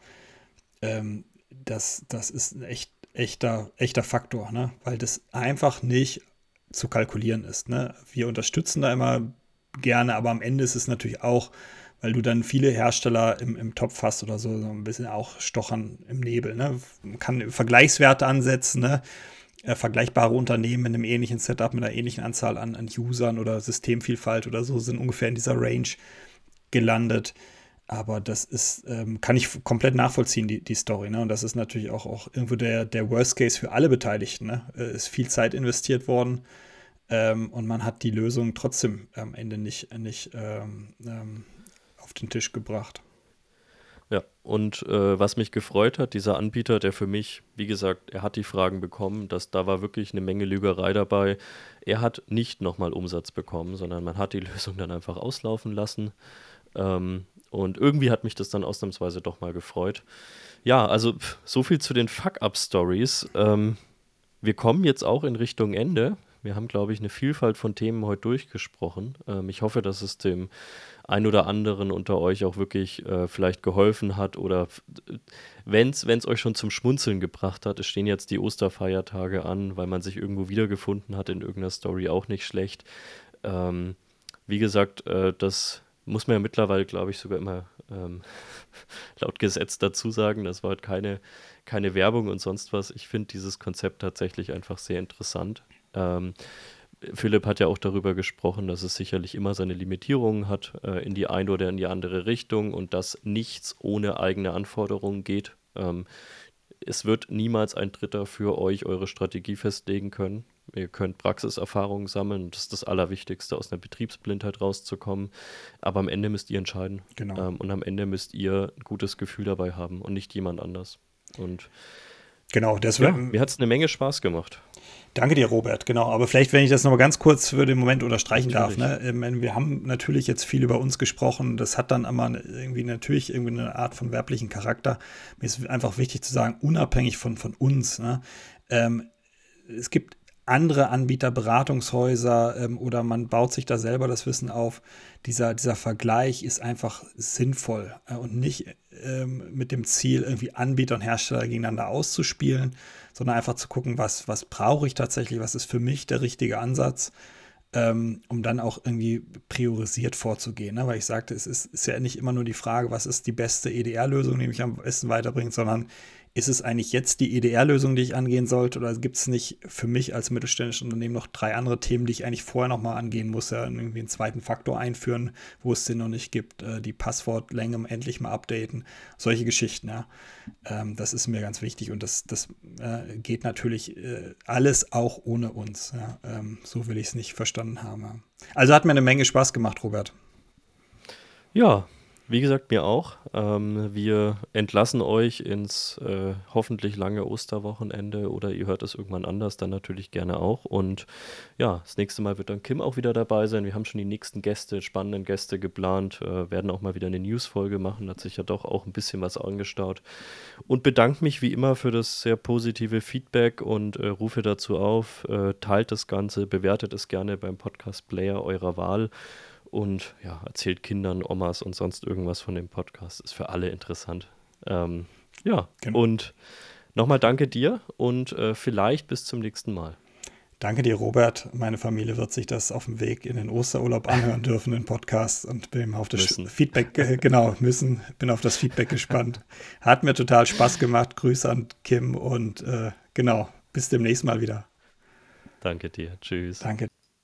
[SPEAKER 2] Das ist ein echter Faktor, ne? Weil das einfach nicht zu kalkulieren ist, ne? Wir unterstützen da immer gerne, aber am Ende ist es natürlich auch, weil du dann viele Hersteller im Topf hast oder so ein bisschen auch stochern im Nebel. Ne? Man kann Vergleichswerte ansetzen, ne? Vergleichbare Unternehmen in einem ähnlichen Setup mit einer ähnlichen Anzahl an Usern oder Systemvielfalt oder so sind ungefähr in dieser Range gelandet. Aber das ist, kann ich komplett nachvollziehen, die Story. Ne? Und das ist natürlich auch irgendwo der Worst Case für alle Beteiligten. Ne? Ist viel Zeit investiert worden, und man hat die Lösung trotzdem am Ende nicht auf den Tisch gebracht.
[SPEAKER 1] Ja, und was mich gefreut hat, dieser Anbieter, der für mich, wie gesagt, er hat die Fragen bekommen, da war wirklich eine Menge Lügerei dabei. Er hat nicht nochmal Umsatz bekommen, sondern man hat die Lösung dann einfach auslaufen lassen. Und irgendwie hat mich das dann ausnahmsweise doch mal gefreut. Ja, also so viel zu den Fuck-Up-Stories. Wir kommen jetzt auch in Richtung Ende. Wir haben, glaube ich, eine Vielfalt von Themen heute durchgesprochen. Ich hoffe, dass es dem ein oder anderen unter euch auch wirklich vielleicht geholfen hat oder wenn es euch schon zum Schmunzeln gebracht hat. Es stehen jetzt die Osterfeiertage an, weil man sich irgendwo wiedergefunden hat in irgendeiner Story, auch nicht schlecht. Ähm, Wie gesagt, das muss man ja mittlerweile, glaube ich, sogar immer laut Gesetz dazu sagen. Das war halt keine Werbung und sonst was. Ich finde dieses Konzept tatsächlich einfach sehr interessant. Ähm, Philipp hat ja auch darüber gesprochen, dass es sicherlich immer seine Limitierungen hat, in die eine oder in die andere Richtung und dass nichts ohne eigene Anforderungen geht. Es wird niemals ein Dritter für euch eure Strategie festlegen können. Ihr könnt Praxiserfahrungen sammeln. Das ist das Allerwichtigste, aus einer Betriebsblindheit rauszukommen. Aber am Ende müsst ihr entscheiden.
[SPEAKER 2] Genau.
[SPEAKER 1] Und am Ende müsst ihr ein gutes Gefühl dabei haben und nicht jemand anders. Und
[SPEAKER 2] Genau,
[SPEAKER 1] ja, mir hat es eine Menge Spaß gemacht.
[SPEAKER 2] Danke dir, Robert. Genau, aber vielleicht, wenn ich das noch mal ganz kurz für den Moment unterstreichen darf.
[SPEAKER 1] Natürlich.
[SPEAKER 2] Ne? Ich meine, wir haben natürlich jetzt viel über uns gesprochen. Das hat dann aber irgendwie eine Art von werblichen Charakter. Mir ist einfach wichtig zu sagen, unabhängig von uns. Ne? Es gibt andere Anbieter, Beratungshäuser, oder man baut sich da selber das Wissen auf. Dieser Vergleich ist einfach sinnvoll, und nicht mit dem Ziel, irgendwie Anbieter und Hersteller gegeneinander auszuspielen, sondern einfach zu gucken, was brauche ich tatsächlich, was ist für mich der richtige Ansatz, um dann auch irgendwie priorisiert vorzugehen. Ne? Weil ich sagte, ist ja nicht immer nur die Frage, was ist die beste EDR-Lösung, die mich am besten weiterbringt, sondern ist es eigentlich jetzt die EDR-Lösung, die ich angehen sollte, oder gibt es nicht für mich als mittelständisches Unternehmen noch 3 andere Themen, die ich eigentlich vorher nochmal angehen muss, ja, irgendwie einen zweiten Faktor einführen, wo es den noch nicht gibt, die Passwortlänge endlich mal updaten, solche Geschichten, ja. Das ist mir ganz wichtig und das geht natürlich alles auch ohne uns, ja. So will ich es nicht verstanden haben. Ja. Also hat mir eine Menge Spaß gemacht, Robert.
[SPEAKER 1] Ja, wie gesagt, mir auch. Wir entlassen euch ins hoffentlich lange Osterwochenende oder ihr hört es irgendwann anders, dann natürlich gerne auch. Und ja, das nächste Mal wird dann Kim auch wieder dabei sein. Wir haben schon die nächsten Gäste, spannenden Gäste geplant, werden auch mal wieder eine News-Folge machen. Hat sich ja doch auch ein bisschen was angestaut. Und bedanke mich wie immer für das sehr positive Feedback und rufe dazu auf, teilt das Ganze, bewertet es gerne beim Podcast-Player eurer Wahl. Und ja, erzählt Kindern, Omas und sonst irgendwas von dem Podcast. Ist für alle interessant. Ja,
[SPEAKER 2] Genau.
[SPEAKER 1] und nochmal danke dir und vielleicht bis zum nächsten Mal.
[SPEAKER 2] Danke dir, Robert. Meine Familie wird sich das auf dem Weg in den Osterurlaub anhören dürfen, den Podcast. Und bin auf das Feedback, bin auf das Feedback gespannt. Hat mir total Spaß gemacht. Grüße an Kim und genau, bis demnächst mal wieder.
[SPEAKER 1] Danke dir. Tschüss.
[SPEAKER 2] Danke.